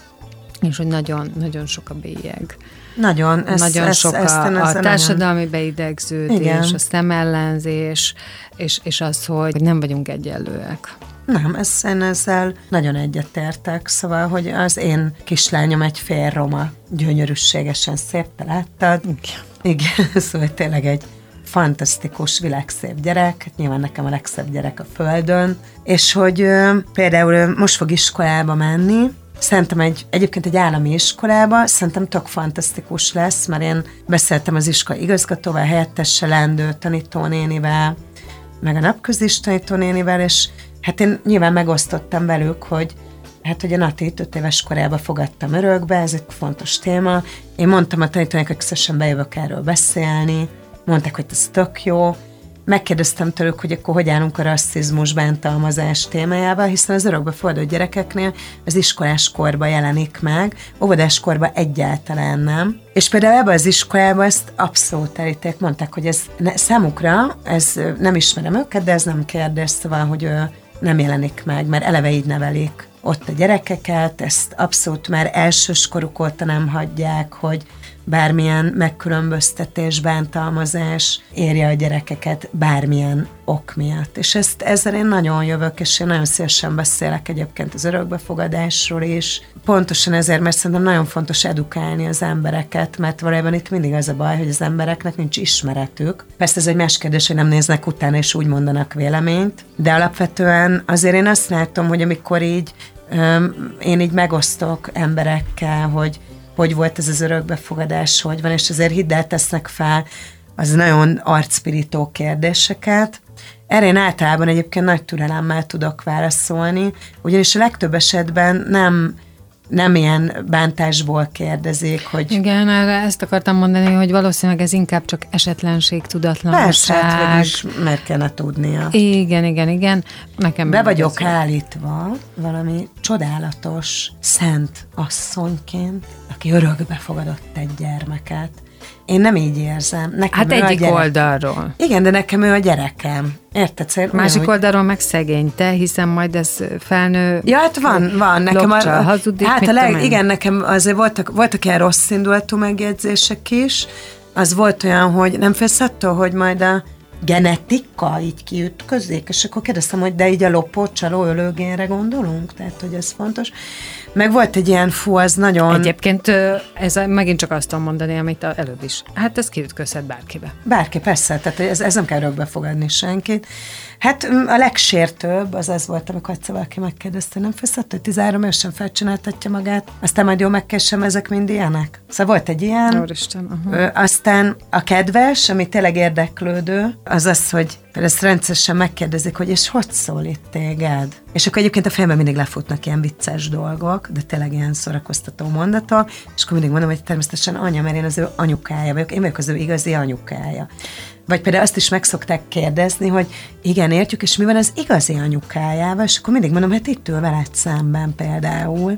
És hogy nagyon, nagyon sok a bélyeg. Nagyon. Ez, nagyon ez, sok ez, a, ez, ez a társadalmi nagyon... beidegződés, igen. A szemellenzés, és, és az, hogy nem vagyunk egyenlőek. Nem, ez, én ezzel nagyon egyetértek, szóval, hogy az én kislányom egy fél roma, gyönyörűségesen szép, te láttad? Igen. Igen, szóval tényleg egy fantasztikus, világszép gyerek, nyilván nekem a legszebb gyerek a földön, és hogy ö, például most fog iskolába menni, szerintem egy, egyébként egy állami iskolába, szerintem tök fantasztikus lesz, mert én beszéltem az iskola igazgatóval, helyettesse lendő tanítónénivel, meg a napközis tanítónénivel, és hát én nyilván megosztottam velük, hogy hát, hogy a Natit öt éves korában fogadtam örökbe, ez egy fontos téma. Én mondtam a tanítónéknek, hogy szívesen bejövök erről beszélni, mondták, hogy ez tök jó. Megkérdeztem tőlük, hogy akkor hogy állunk a rasszizmus, bántalmazás témájával, hiszen az örökbefogadott gyerekeknél az iskolás korban jelenik meg, óvodás korban egyáltalán nem. És például ebben az iskolában ezt abszolút elíték, mondták, hogy ez ne, számukra, ez nem ismerem őket, de ez nem kérdés, szóval, hogy ő nem jelenik meg, mert eleve így nevelik ott a gyerekeket, ezt abszolút már elsős koruk óta nem hagyják, hogy bármilyen megkülönböztetés, bántalmazás érje a gyerekeket bármilyen ok miatt. És ezt, ezzel én nagyon jövök, és én nagyon szívesen beszélek egyébként az örökbefogadásról is. Pontosan ezért, mert szerintem nagyon fontos edukálni az embereket, mert valójában itt mindig az a baj, hogy az embereknek nincs ismeretük. Persze ez egy más kérdés, hogy nem néznek utána, és úgy mondanak véleményt, de alapvetően azért én azt látom, hogy amikor így öm, én így megosztok emberekkel, hogy hogy volt ez az örökbefogadás, hogy van, és azért hidd el, tesznek fel az nagyon arcpirító kérdéseket. Erre én általában egyébként nagy türelemmel tudok válaszolni, ugyanis a legtöbb esetben nem, nem ilyen bántásból kérdezik, hogy... Igen, erre ezt akartam mondani, hogy valószínűleg ez inkább csak esetlenség, tudatlanság. Persze, hát is meg kellene tudnia. Igen, igen, igen. Nekem Be vagyok állítva valami csodálatos szent asszonyként, aki örökbe fogadott egy gyermeket. Én nem így érzem. Nekem hát egyik oldalról. Igen, de nekem ő a gyerekem. Érted? Szóval másik olyan, oldalról meg szegény te, hiszen majd ez felnő... Ja, hát van, van. Nekem lopcsal, a, hazudik, hát a leg, igen, nekem azért voltak, voltak ilyen rossz indulatú megjegyzések is. Az volt olyan, hogy nem félsz attól, hogy majd a genetika így kiütközik, és akkor kérdeztem, hogy de így a lopó, csaló, ölőgénre gondolunk? Tehát, hogy ez fontos. Meg volt egy ilyen, fú, az nagyon... Egyébként ez megint csak azt tudom mondani, amit előbb is. Hát ez kiütközhet bárkibe. Bárki, persze, tehát ez, ez nem kell örökbe fogadni senkit. Hát a legsértőbb az az volt, amikor egyszer valaki megkérdezte, nem feszett, hogy tizenhárom évesen felcsináltatja magát, aztán majd jól megkessem, ezek mind ilyenek. Szóval volt egy ilyen. Úristen, ö, aztán a kedves, ami tényleg érdeklődő, az az, hogy ezt rendszeresen megkérdezik, hogy és hogy szólít téged? És akkor egyébként a fejemben mindig lefutnak ilyen vicces dolgok, de tényleg ilyen szórakoztató mondatok, és akkor mindig mondom, hogy természetesen anya, mert én az ő anyukája vagyok, én vagyok az ő igazi anyukája. Vagy például azt is meg szokták kérdezni, hogy igen, értjük, és mi van az igazi anyukájával, és akkor mindig mondom, hát itt ül veled szemben például.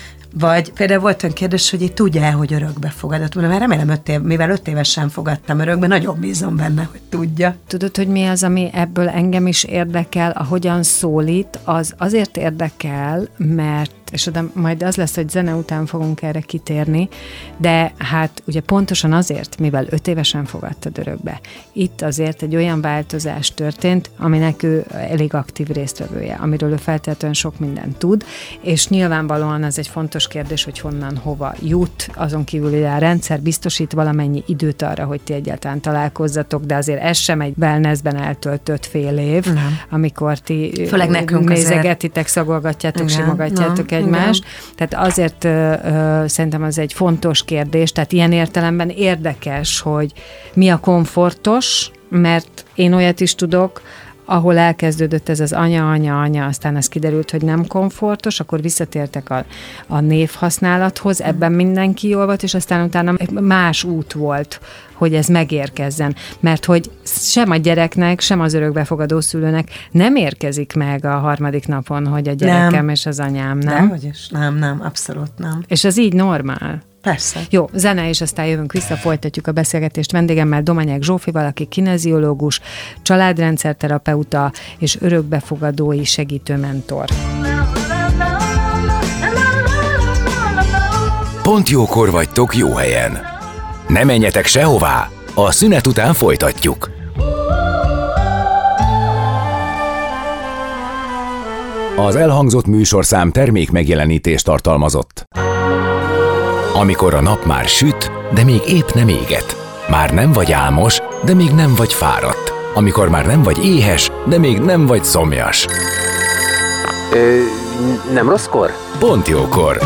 Vagy például volt olyan kérdés, hogy így tudja-e, hogy örökbe fogadott. Mondom, hát remélem, öt év, mivel öt évesen fogadtam örökbe, nagyon bízom benne, hogy tudja. Tudod, hogy mi az, ami ebből engem is érdekel, ahogyan szólít, az azért érdekel, mert és oda majd az lesz, hogy zene után fogunk erre kitérni, de hát ugye pontosan azért, mivel öt évesen fogadtad örökbe. Itt azért egy olyan változás történt, aminek ő elég aktív résztvevője, amiről ő feltétlenül sok mindent tud, és nyilvánvalóan az egy fontos kérdés, hogy honnan, hova jut, azon kívül a rendszer biztosít valamennyi időt arra, hogy ti egyáltalán találkozzatok, de azért ez sem egy wellnessben eltöltött fél év, nem. Amikor ti főleg nekünk nézegetitek, szagolgatjátok, igen, simogatjátok egymást. Igen. Tehát azért ö, ö, szerintem az egy fontos kérdés, tehát ilyen értelemben érdekes, hogy mi a komfortos, mert én olyat is tudok, ahol elkezdődött ez az anya, anya, anya, aztán ez kiderült, hogy nem komfortos, akkor visszatértek a, a névhasználathoz, ebben mindenki jól volt, és aztán utána más út volt, hogy ez megérkezzen. Mert hogy sem a gyereknek, sem az örökbefogadó szülőnek nem érkezik meg a harmadik napon, hogy a gyerekem nem. És az anyám, nem? Dehogy is. Nem, nem, abszolút nem. És ez így normál. Persze. Jó, zene, és aztán jövünk vissza, folytatjuk a beszélgetést vendégemmel, Domanyák Zsófival, aki kineziológus, családrendszerterapeuta és örökbefogadói segítőmentor. Pont jókor vagytok jó helyen. Ne menjetek sehová, a szünet után folytatjuk. Az elhangzott műsorszám termék megjelenítést tartalmazott. Amikor a nap már süt, de még épp nem éget. Már nem vagy álmos, de még nem vagy fáradt. Amikor már nem vagy éhes, de még nem vagy szomjas. Ö, nem rosszkor? Pont jókor.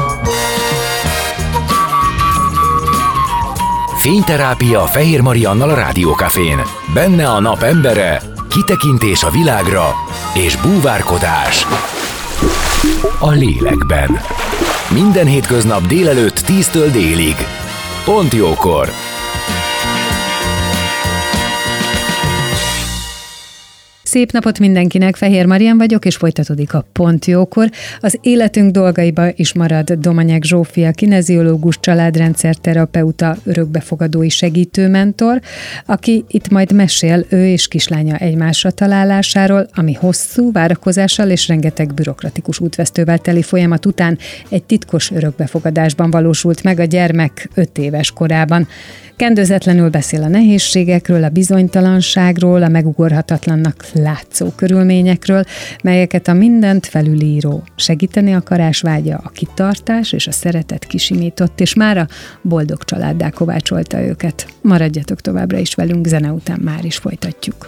Fényterápia Fehér Mariannal a Rádiókafén. Benne a nap embere, kitekintés a világra és búvárkodás a lélekben. Minden hétköznap délelőtt tíztől délig. Pont jókor. Szép napot mindenkinek, Fehér Marian vagyok, és folytatódik a Pont jókor. Az életünk dolgaiba is marad Domanyák Zsófi, a kineziológus, családrendszerterapeuta, örökbefogadói segítőmentor, aki itt majd mesél ő és kislánya egymásra találásáról, ami hosszú várakozással és rengeteg bürokratikus útvesztővel teli folyamat után egy titkos örökbefogadásban valósult meg a gyermek öt éves korában. Kendőzetlenül beszél a nehézségekről, a bizonytalanságról, a megugorhatatlannak látszó körülményekről, melyeket a mindent felülíró segíteni akarás vágya, a kitartás és a szeretet kisimított, és mára boldog családdá kovácsolta őket. Maradjatok továbbra is velünk, zene után már is folytatjuk.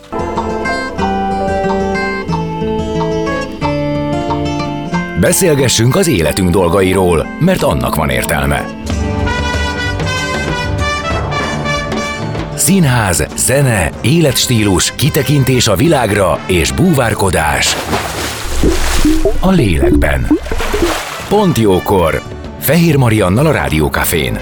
Beszélgessünk az életünk dolgairól, mert annak van értelme. Színház, zene, életstílus, kitekintés a világra és búvárkodás a lélekben. Pont jókor. Fehér Mariannal a Rádiókafén.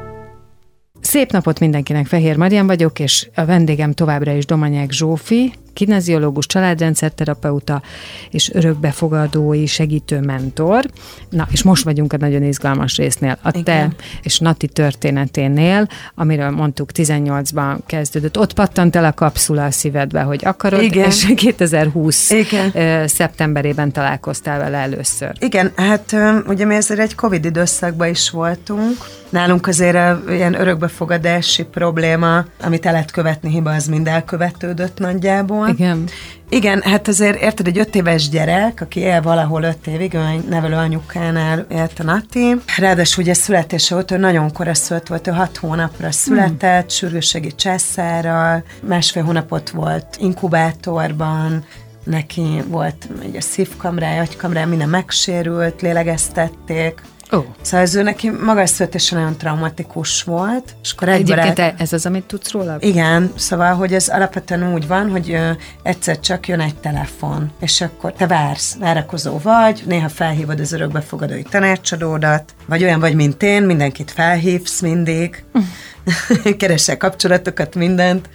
Szép napot mindenkinek, Fehér Marian vagyok, és a vendégem továbbra is Domanyák Zsófi, kineziológus, családrendszerterapeuta és örökbefogadói segítő mentor. Na, és most vagyunk a nagyon izgalmas résznél, a Igen. te és Nati történeténél, amiről mondtuk tizennyolcban kezdődött. Ott pattant el a kapszula a szívedbe, hogy akarod, Igen. és kétezer-húsz Igen. szeptemberében találkoztál vele először. Igen, hát ugye mi ezért egy Covid időszakban is voltunk. Nálunk azért ilyen örökbefogadási probléma, amit el lehet követni, hiba, az mind elkövetődött nagyjából. Igen. Igen, hát azért érted, egy öt éves gyerek, aki él valahol öt évig, ő nevelő anyukánál élt a Nati. Ráadásul ugye születése volt, ő nagyon kora szült volt, ő hat hónapra született, hmm. sürgősségi császárral, másfél hónapot volt inkubátorban, neki volt egy szívkamrája, agykamrája, minden megsérült, lélegeztették. Oh. Szóval ez ő neki maga születése nagyon traumatikus volt. És akkor Egyébként barát... ez az, amit tudsz róla? Igen, szóval, hogy ez alapvetően úgy van, hogy ö, egyszer csak jön egy telefon, és akkor te vársz, várakozó vagy, néha felhívod az örökbefogadói tanácsadódat, vagy olyan vagy, mint én, mindenkit felhívsz mindig, keresel kapcsolatokat, mindent.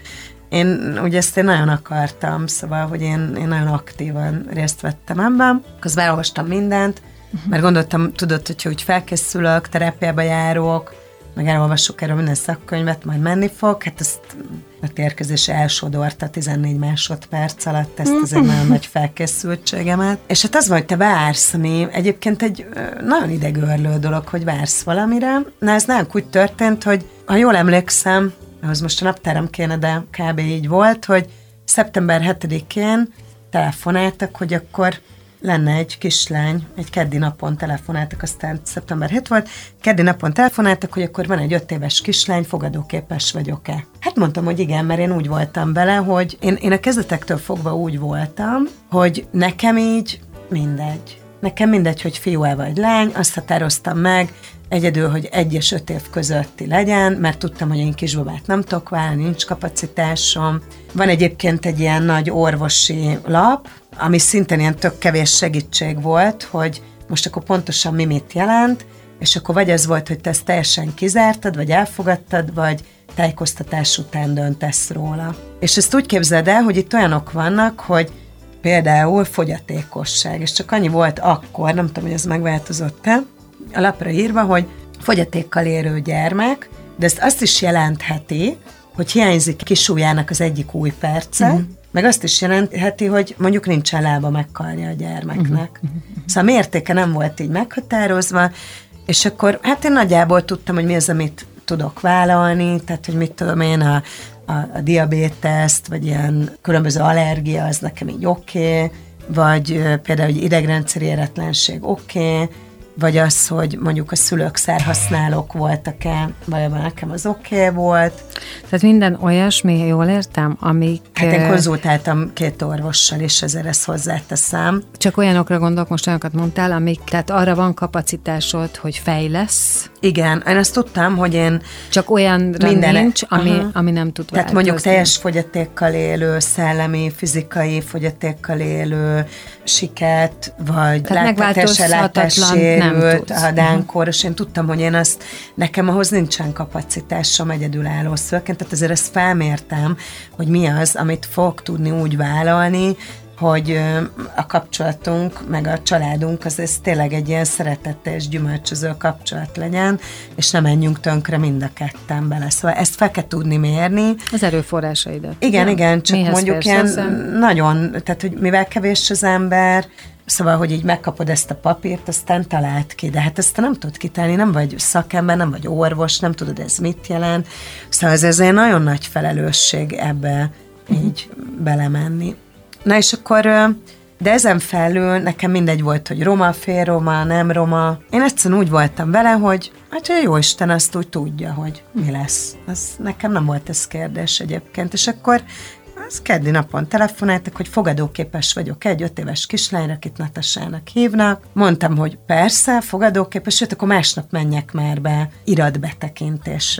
Én ugye ezt én nagyon akartam, szóval, hogy én, én nagyon aktívan részt vettem ebben. Közben elolvastam mindent, uh-huh. mert gondoltam, tudod, hogyha úgy felkészülök, terápiába járok, meg elolvassuk erről minden szakkönyvet, majd menni fog, hát ezt a térkezés elsodorta tizennégy másodperc alatt ezt az egy nagyon nagy felkészültségemet. És hát az van, hogy te vársz, ami egyébként egy nagyon idegörlő dolog, hogy vársz valamire. Na ez nálunk úgy történt, hogy ha jól emlékszem, ahhoz most a naptáram kéne, de kb. Így volt, hogy szeptember hetedikén telefonáltak, hogy akkor lenne egy kislány, egy keddi napon telefonáltak, aztán szeptember hetedike volt, keddi napon telefonáltak, hogy akkor van egy öt éves kislány, fogadóképes vagyok-e? Hát mondtam, hogy igen, mert én úgy voltam vele, hogy én, én a kezdetektől fogva úgy voltam, hogy nekem így mindegy. Nekem mindegy, hogy fiú-e vagy lány, azt határoztam meg, egyedül, hogy egy és öt év közötti legyen, mert tudtam, hogy én kisbabát nem tudok válni, nincs kapacitásom. Van egyébként egy ilyen nagy orvosi lap, ami szintén ilyen tök kevés segítség volt, hogy most akkor pontosan mi mit jelent, és akkor vagy az volt, hogy te ezt teljesen kizártad, vagy elfogadtad, vagy tájékoztatás után döntesz róla. És ezt úgy képzeld el, hogy itt olyanok vannak, hogy például fogyatékosság, és csak annyi volt akkor, nem tudom, hogy ez megváltozott-e, a lapra írva, hogy fogyatékkal élő gyermek, de ezt azt is jelentheti, hogy hiányzik kisujjának az egyik új perce, uh-huh. meg azt is jelentheti, hogy mondjuk nincsen lába megkarja a gyermeknek. Uh-huh. Szóval a mértéke nem volt így meghatározva, és akkor hát én nagyjából tudtam, hogy mi az, amit tudok vállalni, tehát hogy mit tudom én, a, a, a diabéteszt, vagy ilyen különböző allergia, az nekem így oké, okay, vagy például, hogy idegrendszeri éretlenség oké, okay, vagy az, hogy mondjuk a szülők szerhasználók voltak-e, valójában nekem az oké okay volt. Tehát minden olyasmi, jól értem, amik... Hát én konzultáltam két orvossal, és ezért ezt hozzáteszem. Csak olyanokra gondolok, most olyanokat mondtál, amik, tehát arra van kapacitásod, hogy fejlesz. Igen, én azt tudtam, hogy én... Csak olyanra minden, nincs, ami, ami nem tud változni. Tehát mondjuk teljes fogyatékkal élő, szellemi, fizikai fogyatékkal élő, siket, vagy láthatással látássérült, a dánkoros. Én tudtam, hogy én azt, nekem ahhoz nincsen kapacitásom egyedülálló szülőként, tehát ezért ezt felmértem, hogy mi az, amit fog tudni úgy vállalni, hogy a kapcsolatunk, meg a családunk az ez tényleg egy ilyen szeretettel és gyümölcsöző kapcsolat legyen, és nem menjünk tönkre mind a ketten bele. Szóval ezt fel kell tudni mérni. Az erőforrásaidat. Igen, ja. igen, csak Mihez mondjuk ilyen nagyon, tehát hogy mivel kevés az ember, szóval, hogy így megkapod ezt a papírt, aztán találd ki, de hát ezt te nem tudod kitalálni, nem vagy szakember, nem vagy orvos, nem tudod ez mit jelent. Szóval ez, ez egy nagyon nagy felelősség ebbe uh-huh. így belemenni. Na és akkor, de ezen felül nekem mindegy volt, hogy roma, fél roma, nem roma. Én egyszerűen úgy voltam vele, hogy hát jó Isten azt úgy tudja, hogy mi lesz. Az, nekem nem volt ez kérdés egyébként. És akkor az keddi napon telefonáltak, hogy fogadóképes vagyok egy öt éves kislányra, akit Natasának hívnak. Mondtam, hogy persze, fogadóképes, sőt, akkor másnap menjek már be iratbetekintésre.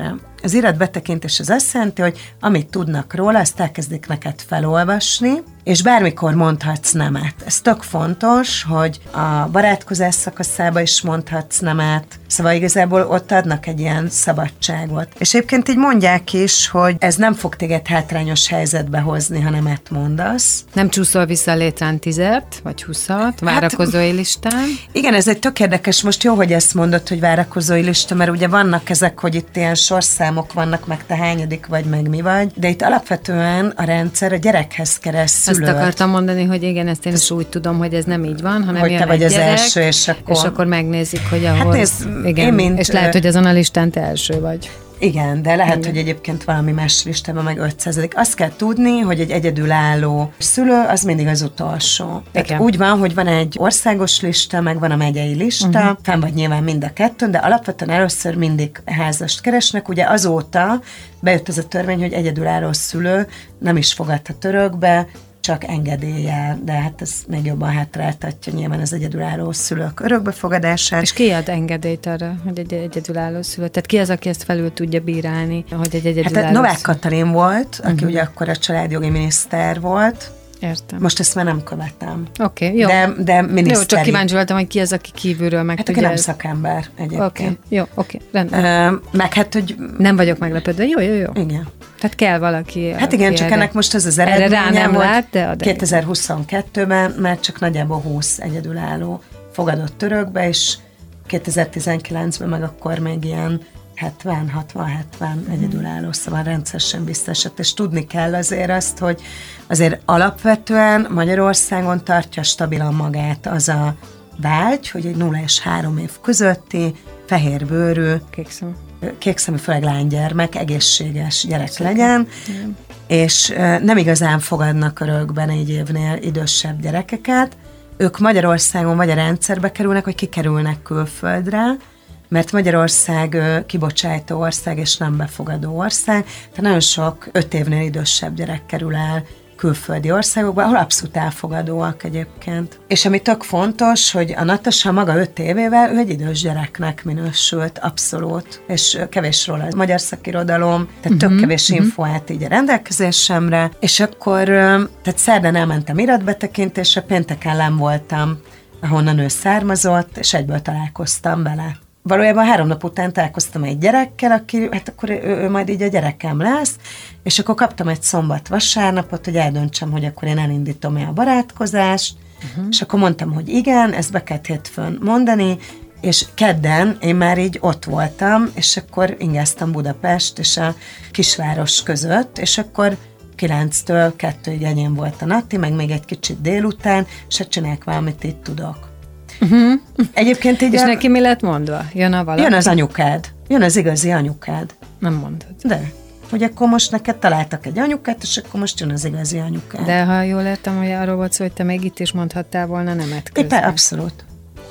Az iratbetekintés az azt jelenti, hogy amit tudnak róla, azt elkezdik neked felolvasni, és bármikor mondhatsz nemet. Ez tök fontos, hogy a barátkozás szakaszába is mondhatsz nemet, szóval igazából ott adnak egy ilyen szabadságot. És egyébként így mondják is, hogy ez nem fog téged hátrányos helyzetbe hozni, ha nemet mondasz. Nem csúszol vissza a létrán tizet, vagy huszat, várakozói listán? Igen, ez egy tök érdekes, most jó, hogy ezt mondod, hogy várakozói lista, mert ugye vannak ezek, hogy itt ilyen sorszámok vannak, meg te hányadik vagy, meg mi vagy, de itt alapvetően a rendszer a gyerekhez kereszt szülőt. Azt akartam mondani, hogy igen, ezt én is úgy tudom, hogy ez nem így van, hanem hogy jön te vagy egy az gyerek, első, és akkor... és akkor megnézik, hogy ahol... Hát nézd, igen, én mint, és lehet, hogy azon a listán te első vagy. Igen, de lehet, Igen. hogy egyébként valami más listában meg ötszázadik. Azt kell tudni, hogy egy egyedülálló szülő az mindig az utolsó. Tehát Igen. úgy van, hogy van egy országos lista, meg van a megyei lista, uh-huh. fenn vagy nyilván mind a kettőn, de alapvetően először mindig házast keresnek. Ugye azóta bejött ez a törvény, hogy egyedülálló szülő nem is fogadhat örökbe, csak engedéllyel, de hát ez még jobban hátráltatja nyilván az egyedülálló szülők örökbefogadását. És ki ad engedélyt arra, hogy egy egyedülálló szülő? Tehát ki az, aki ezt felül tudja bírálni, hogy egy egyedülálló Hát Novák szülő? Katalin volt, aki Uh-huh. ugye akkor a családjogi miniszter volt. Értem. Most ezt már nem követem. Oké, okay, jó. De, de miniszteri. Jó, csak kíváncsi voltam, hogy ki az, aki kívülről meg Hát aki tudja. nem ezt- szakember egyébként. Oké, okay, jó, oké, okay, rendben. Ö, meg hát, hogy... Nem vagyok meglepődve. Jó, jó, jó. Igen. Tehát kell valaki. Hát igen, aki csak erre- ennek most az az erre eredménye, rá nem hogy lát, de ad kétezer-huszonkettőben már csak nagyjából húsz egyedülálló fogadott örökbe, és kétezer-tizenkilencben meg akkor még ilyen hetven hatvan hetven egyedülálló, szóval rendszeresen visszaesett, és tudni kell azért azt, hogy azért alapvetően Magyarországon tartja stabilan magát az a vágy, hogy egy nulla és három év közötti fehérbőrű, Kékszem. kékszemű, főleg lánygyermek, egészséges gyerek Szépen. legyen, Igen. és uh, nem igazán fogadnak örökbe négy évnél idősebb gyerekeket. Ők Magyarországon vagy a rendszerbe kerülnek, vagy kikerülnek külföldre, mert Magyarország uh, kibocsátó ország, és nem befogadó ország, tehát nagyon sok öt évnél idősebb gyerek kerül el külföldi országokba, ahol abszolút elfogadóak egyébként. És ami tök fontos, hogy a Natasha maga öt évével ő egy idős gyereknek minősült, abszolút, és kevés róla a magyar szakirodalom, tehát tök kevés uh-huh. info állt így a rendelkezésemre, és akkor, tehát szerdán elmentem iratbetekintésre, pénteken nem voltam, ahonnan ő származott, és egyből találkoztam vele. Valójában három nap után találkoztam egy gyerekkel, aki, hát akkor ő, ő majd így a gyerekem lesz, és akkor kaptam egy szombat-vasárnapot, hogy eldöntsem, hogy akkor én elindítom-e a barátkozást, uh-huh. és akkor mondtam, hogy igen, ezt be kellett hétfőn mondani, és kedden én már így ott voltam, és akkor ingáztam Budapest és a kisváros között, és akkor kilenctől kettőig enyém volt a Nati, meg még egy kicsit délután, és hát csinálják valamit, itt tudok. Uh-huh. Egyébként így És a... neki mi lett mondva? Jön a valaki? Jön az anyukád. Jön az igazi anyukád. Nem mondod. De. Hogy akkor most neked találtak egy anyukát, és akkor most jön az igazi anyukád. De ha jól értem, hogy arról volt szó, hogy te még itt is mondhattál volna nemet közben. Éppen abszolút.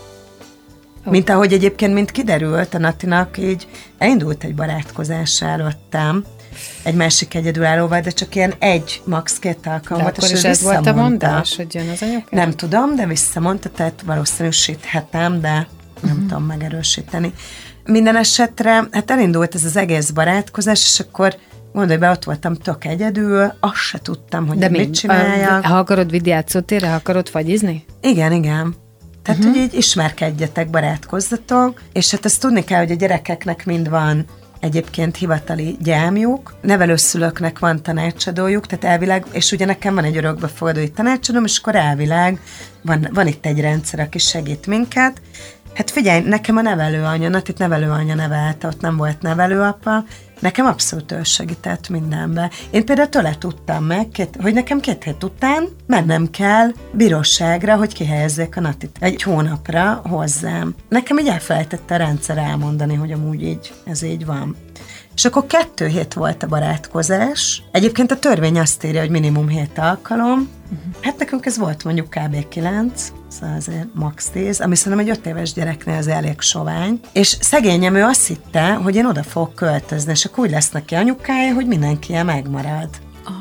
Oh. Mint ahogy egyébként, mint kiderült, a Natinak így elindult egy barátkozás előttem, egy másik egyedülállóval, de csak ilyen egy, max. két alkalom volt, akkor és is ő ez volt a visszamondta. mondás, hogy jön az anyukád? Nem tudom, de visszamondta, tehát valószínűsíthetem, de nem uh-huh. tudom megerősíteni. Minden esetre, hát elindult ez az egész barátkozás, és akkor gondolj be, ott voltam tök egyedül, azt se tudtam, hogy de mit mi? csináljak. Ha akarod vidd játszótérre, ha akarod fagyizni? Igen, igen. Tehát, Uh-huh. hogy így ismerkedjetek, barátkozzatok, és hát azt tudni kell, hogy a gyerekeknek mind van egyébként hivatali gyámjuk, nevelőszülőknek van tanácsadójuk, tehát elvileg, és ugye nekem van egy örökbefogadói tanácsadóm, és akkor elvileg van, van itt egy rendszer, aki segít minket. Hát figyelj, nekem a nevelőanya, Natit nevelőanya nevelte, ott nem volt nevelőapa, nekem abszolút ő segített mindenbe. Én például tőle tudtam meg, két, hogy nekem két hét után mennem kell bíróságra, hogy kihelyezzék a Natit egy hónapra hozzám. Nekem így elfelejtette a rendszer elmondani, hogy amúgy így, ez így van. És akkor kettő hét volt a barátkozás. Egyébként a törvény azt írja, hogy minimum hét alkalom. Uh-huh. Hát nekünk ez volt mondjuk kb. kilenc, szóval azért max. tíz, ami szerintem egy öt éves gyereknél az elég sovány. És szegényem ő azt hitte, hogy én oda fogok költözni, és akkor úgy lesz neki anyukája, hogy mindenki ilyen megmarad. Aha.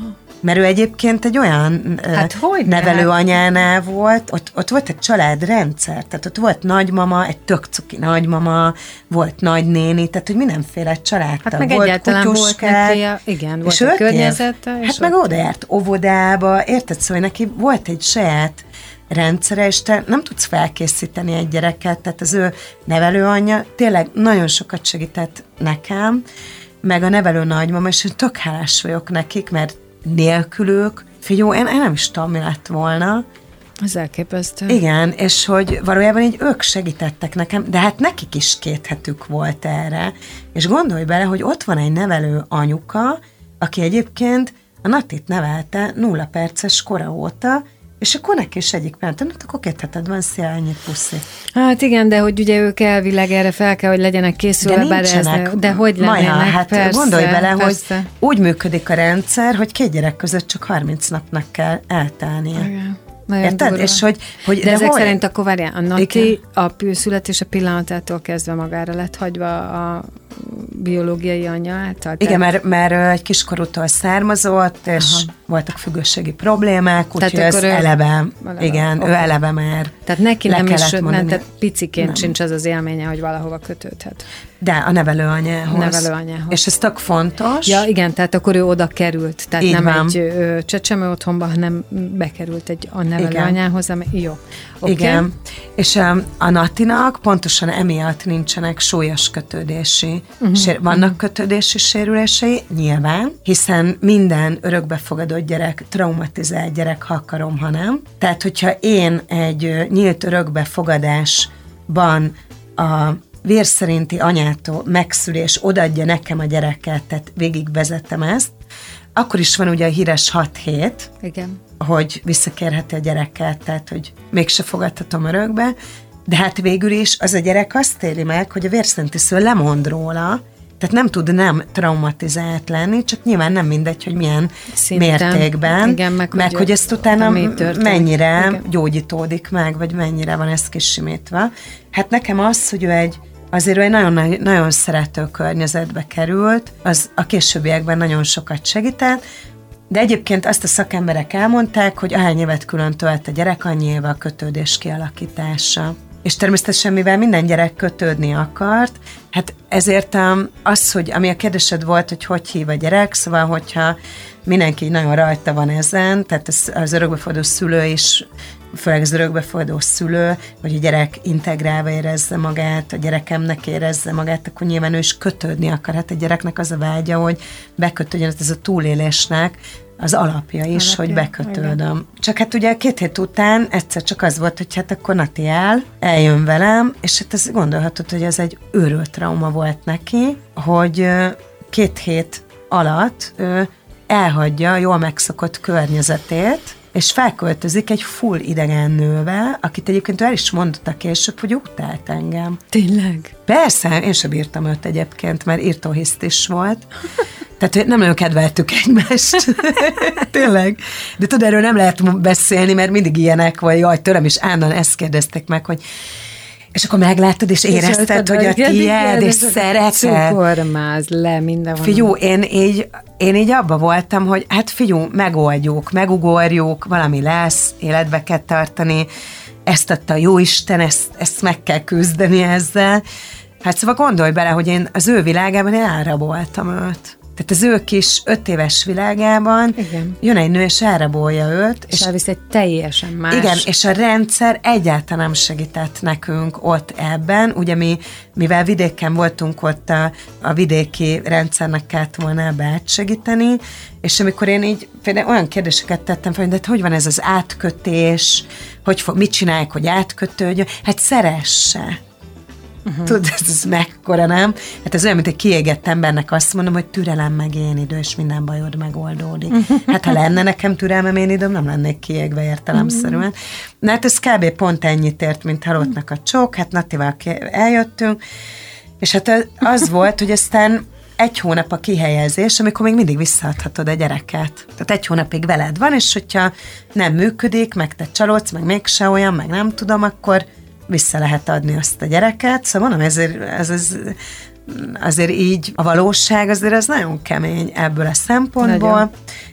Mert ő egyébként egy olyan hát uh, nevelőanyánál volt, ott, ott volt egy családrendszer, tehát ott volt nagymama, egy tök cuki nagymama, volt nagynéni, tehát hogy mindenféle családtag hát meg volt, egyáltalán kutyuskák, volt neki, a, igen, volt a környezete. Hát meg oda járt óvodába, érted, szóval neki volt egy saját rendszere, és te nem tudsz felkészíteni egy gyereket, tehát az ő nevelőanyja tényleg nagyon sokat segített nekem, meg a nevelő nagymama, és én tök hálás vagyok nekik, mert nélkülük, figyelj, én, én nem is tudom, mi lett volna. Az elképesztő. Igen, és hogy valójában így ők segítettek nekem, de hát nekik is két hetük volt erre, és gondolj bele, hogy ott van egy nevelő anyuka, aki egyébként a Natit nevelte nulla perces kora óta, és akkor neki is egyik pillanat, hát akkor két heted van, szél, ennyi puszi. Hát igen, de hogy ugye ők elvileg erre fel kell, hogy legyenek készülve, de nincsenek, ez, de hogy lennének, Maja, hát persze, gondolj bele, persze. hogy úgy működik a rendszer, hogy két gyerek között csak harminc napnak kell eltelnie. Igen. Nagyon Érted? durva. És hogy, hogy de, de ezek hol? szerint akkor várjál, a Nati Igen. a születése pillanatától kezdve magára lett hagyva a biológiai anyja által? Igen, mert, mert egy kiskorútól származott, és aha. voltak függőségi problémák, úgyhogy ez ő, eleve, eleve, igen, okay. ő eleve már tehát neki nem is, nem, tehát piciként nem. sincs az az élménye, hogy valahova kötődhet. De a nevelőanyához. Nevelőanyához. És ez tök fontos. Ja, igen, tehát akkor ő oda került, tehát így nem van. egy ö, csecsemő otthonba, hanem bekerült egy a nevelőanyához, ami jó. Okay. Igen, és a, a Natinak pontosan emiatt nincsenek súlyos kötődési, uh-huh. sér, vannak uh-huh. kötődési sérülései, nyilván, hiszen minden örökbefogadott gyerek traumatizált gyerek, ha akarom, ha nem. Tehát, hogyha én egy nyílt örökbefogadásban a vér szerinti anyától megszülés odaadja nekem a gyereket, tehát végigvezettem ezt, akkor is van ugye a híres hat hét, igen. hogy visszakérheti a gyereket, tehát, hogy mégse fogadhatom örökbe, de hát végül is az a gyerek azt éli meg, hogy a vérszerinti szülő lemond róla, tehát nem tud nem traumatizált lenni, csak nyilván nem mindegy, hogy milyen szinten, mértékben, igen, meg, meg hogy, hogy ezt utána mennyire igen. gyógyítódik meg, vagy mennyire van ez kisimítva. Hát nekem az, hogy ő egy azért ő egy nagyon, nagyon szerető környezetbe került, az a későbbiekben nagyon sokat segített, de egyébként azt a szakemberek elmondták, hogy ahány évet külön tölt a gyerek, annyi éve a kötődés kialakítása. És természetesen, mivel minden gyerek kötődni akart, hát ezért az, hogy ami a kérdésed volt, hogy hogy hív a gyerek, szóval, hogyha mindenki nagyon rajta van ezen, tehát az, az örökbefogadó szülő is, főleg az örökbefogadó szülő, hogy a gyerek integrálva érezze magát, a gyerekemnek érezze magát, akkor nyilván ő is kötődni akar. Hát a gyereknek az a vágya, hogy bekötődjön, ez a túlélésnek az alapja is, alapja, hogy bekötődöm. Igen. Csak hát ugye két hét után egyszer csak az volt, hogy hát akkor Nati el, eljön velem, és hát ez gondolhatod, hogy ez egy őrült trauma volt neki, hogy két hét alatt ő elhagyja a jól megszokott környezetét, és felköltözik egy full idegen nővel, akit egyébként el is mondotta később, hogy utált engem. Tényleg? Persze, én sem bírtam őt egyébként, mert írtóhiszt is volt. Tehát nem nagyon kedveltük egymást. Tényleg. De tudod, erről nem lehet beszélni, mert mindig ilyenek, vagy jaj, tőlem is állandóan ezt kérdezték meg, hogy és akkor meglátod, és érezted, és hogy a tiéd, és szereted. Cukormáz le, minden van. Figyú, én így, én így abba voltam, hogy hát figyú, megoldjuk, megugorjuk, valami lesz, életbe kell tartani, ezt adta a jóisten, ezt, ezt meg kell küzdeni ezzel. Hát szóval gondolj bele, hogy én az ő világában én elraboltam őt. Tehát az ő kis öt éves világában igen. jön egy nő, és elrabolja őt. És, és elvisz egy teljesen más. Igen, és a rendszer egyáltalán nem segített nekünk ott ebben. Ugye mi, mivel vidéken voltunk, ott a, a vidéki rendszernek kellett volna ebbe átsegíteni, és amikor én így olyan kérdéseket tettem fel, de hát hogy van ez az átkötés, hogy fog, mit csinálják, hogy átkötődjön? Hát szeresse. Uh-huh. Tudod, ez, ez mekkora, nem? Hát ez olyan, mint egy kiégett embernek azt mondom, hogy türelem meg én idő, és minden bajod megoldódik. Hát ha lenne nekem türelmem én időm, nem lennék kiégve értelemszerűen. Uh-huh. Na hát ez kb. Pont ennyit ért, mint halottnak a csók, hát Natival eljöttünk, és hát az volt, hogy aztán egy hónap a kihelyezés, amikor még mindig visszaadhatod a gyereket. Tehát egy hónapig veled van, és hogyha nem működik, meg te csalódsz, meg mégse olyan, meg nem tudom, akkor vissza lehet adni azt a gyereket. Szóval mondom, ezért, ez, ez, azért így a valóság azért az nagyon kemény ebből a szempontból, nagyon.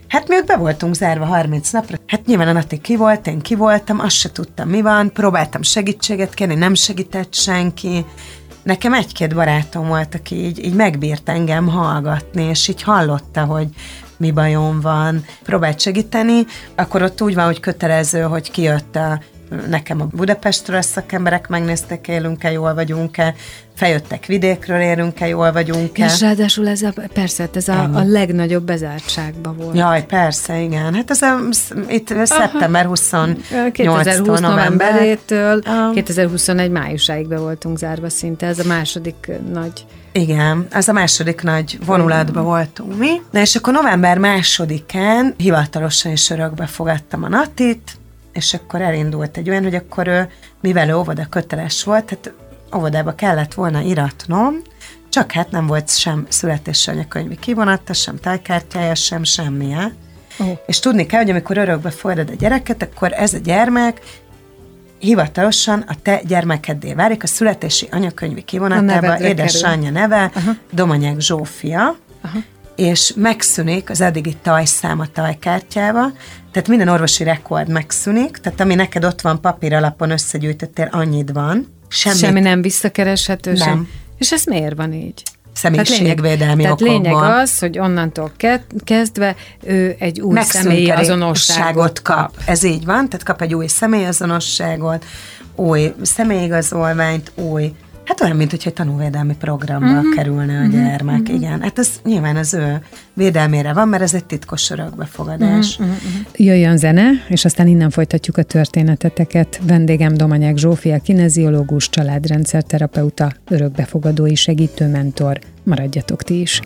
Hát mi ott be voltunk zárva harminc napra. Hát nyilván a Nati ki volt, én ki voltam, azt se tudtam, mi van. Próbáltam segítséget kérni, nem segített senki. Nekem egy-két barátom volt, aki így, így megbírt engem hallgatni, és így hallotta, hogy mi bajom van, próbált segíteni. Akkor ott úgy van, hogy kötelező, hogy kijött a nekem a Budapestről a szakemberek, megnézték, élünk-e, jól vagyunk-e, feljöttek vidékről, élünk-e, jól vagyunk-e. És ráadásul ez a, persze, ez a, a legnagyobb bezártságban volt. Jaj, persze, igen. Hát ez a, itt szeptember huszonnyolcadika kétezer-húsz novemberétől um, kétezer-huszonegy májusáig be voltunk zárva szinte, ez a második nagy... Igen, az a második nagy vonulatban voltunk mi. Na és akkor november másodikán hivatalosan is örökbe fogadtam a Natit, és akkor elindult egy olyan, hogy akkor ő, mivel ő óvoda köteles volt, tehát óvodába kellett volna iratnom, csak hát nem volt sem születési anyakönyvi kivonata, sem tájkártyája, sem semmije. Oh. És tudni kell, hogy amikor örökbe fogadod a gyereket, akkor ez a gyermek hivatalosan a te gyermekeddé válik, a születési anyakönyvi kivonatában édesanyja neve, uh-huh. Domanyák Zsófia, uh-huh. és megszűnik az eddigi tajszám a tajkártyába, tehát minden orvosi rekord megszűnik, tehát ami neked ott van papíralapon összegyűjtöttél, annyit van. Semmit. Semmi nem visszakereshető, nem. Sem. És ez miért van így? Személyiségvédelmi tehát okokból. lényeg az, hogy onnantól kezdve ő egy új személyi azonosságot kap. kap. Ez így van, tehát kap egy új személyazonosságot, új személyigazolványt, új, hát olyan, mint hogyha egy tanúvédelmi programba uh-huh. kerülne a gyermek. Uh-huh. Igen, hát ez nyilván az ő védelmére van, mert ez egy titkos örökbefogadás. Uh-huh. Uh-huh. Jöjjön zene, és aztán innen folytatjuk a történeteteket. Vendégem Domanyák Zsófia, kineziológus, családrendszerterapeuta, örökbefogadói segítőmentor. Maradjatok ti is!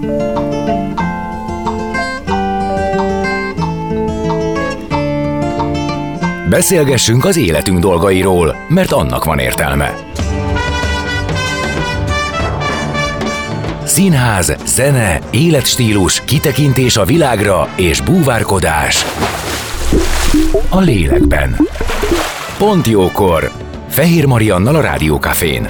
Beszélgessünk az életünk dolgairól, mert annak van értelme. Színház, zene, életstílus, kitekintés a világra és búvárkodás a lélekben. Pont jókor! Fehér Mariannal a Rádió Cafén.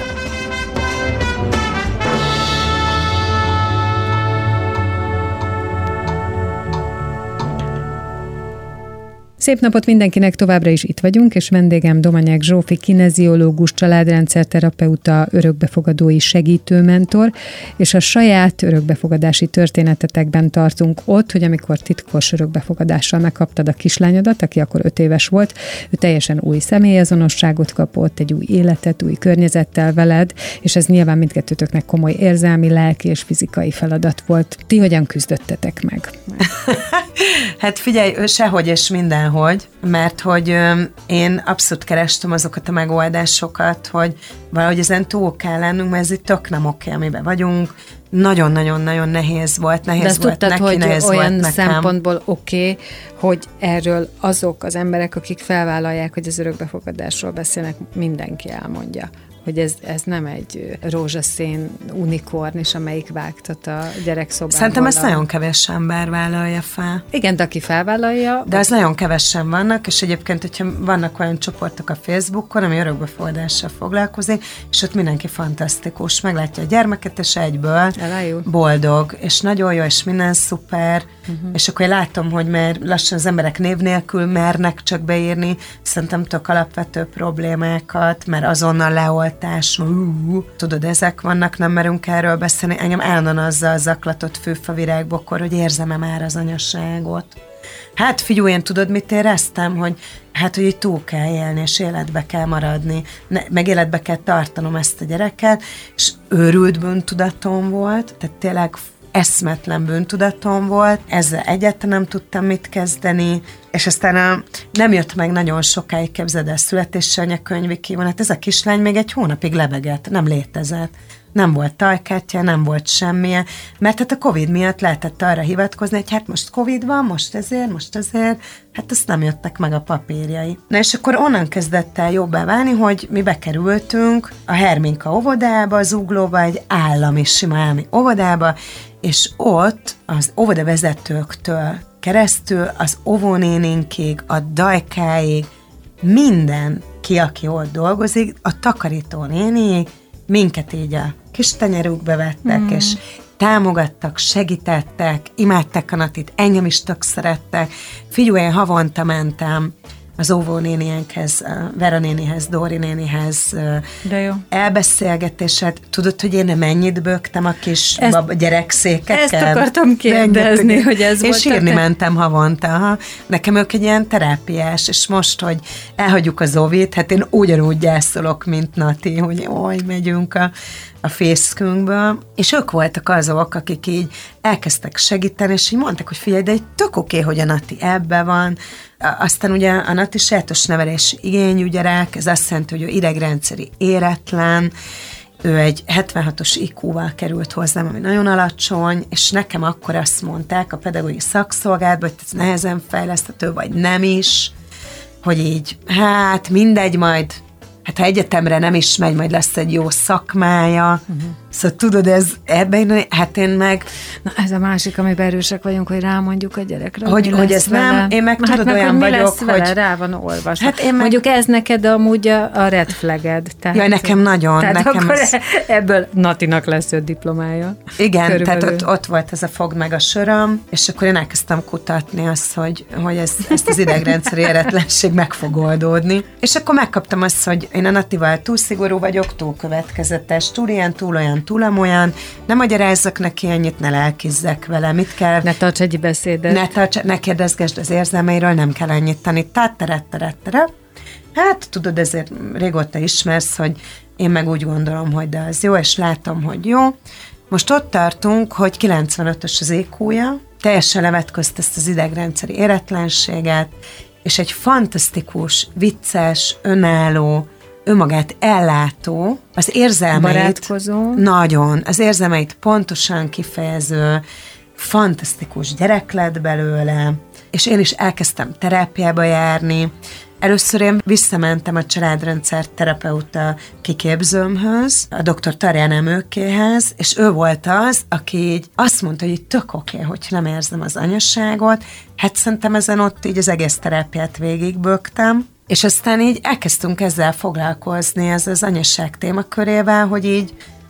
Szép napot mindenkinek, továbbra is itt vagyunk, és vendégem Domanyák Zsófi, kineziológus, családrendszerterapeuta, örökbefogadói segítőmentor, és a saját örökbefogadási történetetekben tartunk ott, hogy amikor titkos örökbefogadással megkaptad a kislányodat, aki akkor öt éves volt, ő teljesen új személyazonosságot kapott, egy új életet, új környezettel veled, és ez nyilván mindkettőtöknek komoly érzelmi, lelki és fizikai feladat volt. Ti hogyan küzdöttetek meg? Hát figyelj, sehogy és mindenhogy, mert hogy ö, én abszolút kerestem azokat a megoldásokat, hogy valahogy ezen túl kell lennünk, mert ez itt tök nem oké, amiben vagyunk. Nagyon-nagyon-nagyon nehéz volt, nehéz De azt volt tudtad, neki, hogy nehéz olyan volt nekem. szempontból oké, okay, hogy erről azok az emberek, akik felvállalják, hogy az örökbefogadásról beszélnek, mindenki elmondja, hogy ez, ez nem egy rózsaszín unikorn, és amelyik vágtat a gyerekszobából. Szerintem ezt nagyon kevés ember vállalja fel. Igen, de aki felvállalja... De az nagyon kevesen vannak, és egyébként, hogyha vannak olyan csoportok a Facebookon, ami örökbefogadással foglalkozik, és ott mindenki fantasztikus, meglátja a gyermeket, és egyből Elájul. boldog, és nagyon jó, és minden szuper, uh-huh. és akkor én látom, hogy már lassan az emberek név nélkül mernek csak beírni, szerintem tök alapvető problémákat, mert azonnal leolt Uh, tudod, ezek vannak, nem merünk erről beszélni. Engem állandóan azzal zaklatott főfavirágbokor, hogy érzem-e már az anyaságot. Hát figyelj, én tudod, mit éreztem, hogy hát, hogy így túl kell élni, és életbe kell maradni, ne, meg életbe kell tartanom ezt a gyereket, és őrült bűntudatom volt, tehát tényleg eszmetlen bűntudatom volt, ezzel egyáltalán nem tudtam mit kezdeni, és aztán a, nem jött meg nagyon sokáig, képzeld el, születési anyakönyvi kivonat, ez a kislány még egy hónapig lebegett, nem létezett. Nem volt tajkártya, nem volt semmije, mert hát a Covid miatt lehetett arra hivatkozni, hogy hát most Covid van, most ezért, most ezért, hát ezt nem jöttek meg a papírjai. Na és akkor onnan kezdett el jobbá válni, hogy mi bekerültünk a Herminka óvodába, Zuglóba, egy állami, sima állami óvodába, és ott az óvodavezetőktől keresztül az óvónéninkig, a dajkáig, mindenki, aki ott dolgozik, a takarító néniig, minket így a kis tenyerükbe vettek, mm. és támogattak, segítettek, imádták a Natit, engem is tök szerettek. Figyelj, én havonta mentem az óvónéniánkhez, Vera nénihez, Dóri nénihez De jó. elbeszélgetéset. Tudod, hogy én mennyit bögtem a kis ezt, bab, gyerekszékekkel? Ezt akartam kérdezni, Rengeteg. hogy ez én volt. És sírni te... mentem havonta. Ha. Nekem ők egy ilyen terápiás, és most, hogy elhagyjuk az óvét, hát én ugyanúgy gyászolok, mint Nati, hogy oly, megyünk a a fészkünkből, és ők voltak azok, akik így elkezdtek segíteni, és így mondták, hogy figyelj, de egy tök oké, hogy a Nati ebbe van. Aztán ugye a Nati sajátos nevelési igényű gyerek, ez azt jelenti, hogy ő idegrendszeri éretlen, ő egy hetvenhatos I Q-val került hozzám, ami nagyon alacsony, és nekem akkor azt mondták a pedagógiai szakszolgálatban, hogy ez nehezen fejleszthető, vagy nem is, hogy így, hát mindegy, majd hát ha egyetemre nem is megy, majd lesz egy jó szakmája. Uh-huh. Szóval tudod, ez ebben, hát én meg... Na ez a másik, amiben erősek vagyunk, hogy rámondjuk a gyerekre, hogy, hogy ez vele. Nem, én meg hát tudod, meg, olyan hogy vagyok, lesz vele, hogy... rá van olvasva. Hát én meg... Mondjuk ez neked amúgy a, a red flaged. Tehát, Jaj, nekem nagyon. Tehát nekem akkor ez... ebből Natinak lesz öt diplomája. Igen, körülbelül. Tehát ott, ott volt ez a fogd meg a söröm, és akkor én elkezdtem kutatni azt, hogy, hogy ez, ezt az idegrendszeri éretlenség meg fog oldódni. És akkor megkaptam azt, hogy én a Natival túl szigorú vagyok, túl következetes, túl ilyen, túl olyan, túl amolyan, ne magyarázzak neki ennyit, ne lelkizzek vele, mit kell. Ne tarts egy beszédet. Ne, tarts, ne kérdezgesd az érzelmeiről, nem kell ennyit tanítani. Teret, teret, teret. Hát tudod, ezért régóta ismersz, hogy én meg úgy gondolom, hogy de az jó, és látom, hogy jó. Most ott tartunk, hogy kilencvenötös az é kúja, teljesen levetközt ezt az idegrendszeri éretlenséget, és egy fantasztikus, vicces, önálló, önmagát ellátó, az érzelmeit... Barátkozó. Nagyon. Az érzelmeit pontosan kifejező, fantasztikus gyerek lett belőle, és én is elkezdtem terápiába járni. Először én visszamentem a családrendszer terapeuta kiképzőmhöz, a doktor Tarján Emőkéhez, és ő volt az, aki így azt mondta, hogy így tök oké, hogy nem érzem az anyaságot. Hát szerintem ezen ott így az egész terápiát végigbögtem. És aztán így elkezdtünk ezzel foglalkozni, ez az anyaság témakörével, hogy így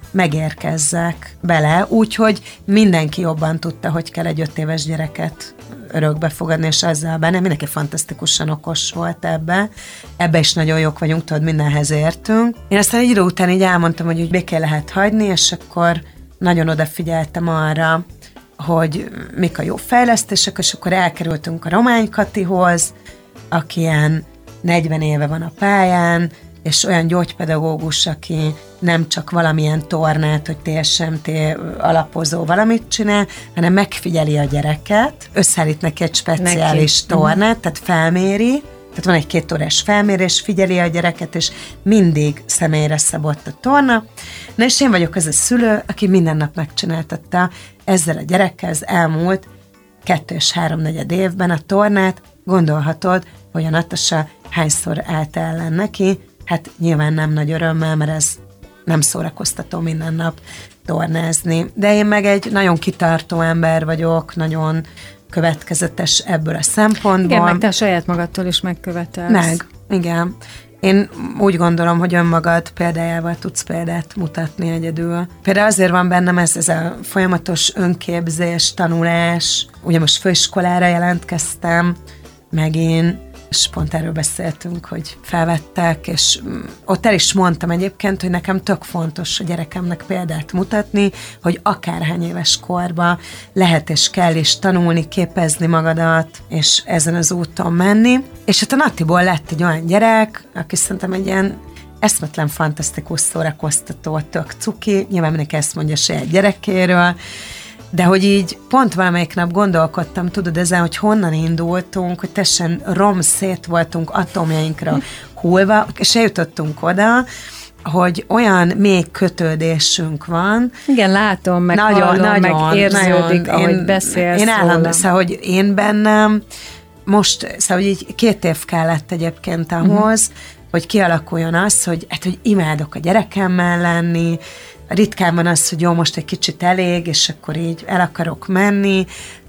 megérkezzek bele, úgyhogy mindenki jobban tudta, hogy kell egy öt éves gyereket örökbe fogadni, és azzal benne mindenki fantasztikusan okos volt ebbe. Ebbe is nagyon jók vagyunk, tudod, mindenhez értünk. Én aztán egy idő után így elmondtam, hogy úgy békén lehet hagyni, és akkor nagyon odafigyeltem arra, hogy mik a jó fejlesztések, és akkor elkerültünk a Romány Katihoz, aki ilyen negyven éve van a pályán, és olyan gyógypedagógus, aki nem csak valamilyen tornát, hogy té es em té alapozó valamit csinál, hanem megfigyeli a gyereket, összeállít neki egy speciális neki. tornát, tehát felméri, tehát van egy két órás felmérés, figyeli a gyereket, és mindig személyre szabott a torna. Na és én vagyok az a szülő, aki minden nap megcsináltatta ezzel a gyerekkel az elmúlt kettő és háromnegyed évben a tornát. Gondolhatod, hogy a Natasa hányszor állt ellen neki, hát nyilván nem nagy örömmel, mert ez nem szórakoztató minden nap tornázni. De én meg egy nagyon kitartó ember vagyok, nagyon következetes ebből a szempontból. Igen, meg te a saját magadtól is megkövetelsz. Meg, igen. Én úgy gondolom, hogy önmagad példájával tudsz példát mutatni egyedül. Például azért van bennem ez, ez a folyamatos önképzés, tanulás. Ugye most főiskolára jelentkeztem, meg én, és pont erről beszéltünk, hogy felvettek, és ott el is mondtam egyébként, hogy nekem tök fontos a gyerekemnek példát mutatni, hogy akárhány éves korban lehet és kell is tanulni, képezni magadat, és ezen az úton menni. És hát a Natiból lett egy olyan gyerek, aki szerintem egy ilyen eszmetlen, fantasztikus szórakoztató, tök cuki, nyilván mindenki ezt mondja a saját gyerekéről, de hogy így pont valamelyik nap gondolkodtam, tudod, ezen, hogy honnan indultunk, hogy teljesen romszét voltunk atomjainkra hullva, és eljutottunk oda, hogy olyan mély kötődésünk van. Igen, látom, meg nagyon, hallom, nagyon, meg érződik, nagyon, ahogy én, beszélsz Én állandó, szóval, hogy én bennem most, szóval, hogy így két év kellett egyébként ahhoz, uh-huh. hogy kialakuljon az, hogy, hát, hogy imádok a gyerekemmel lenni, ritkán van az, hogy jó, most egy kicsit elég, és akkor így el akarok menni.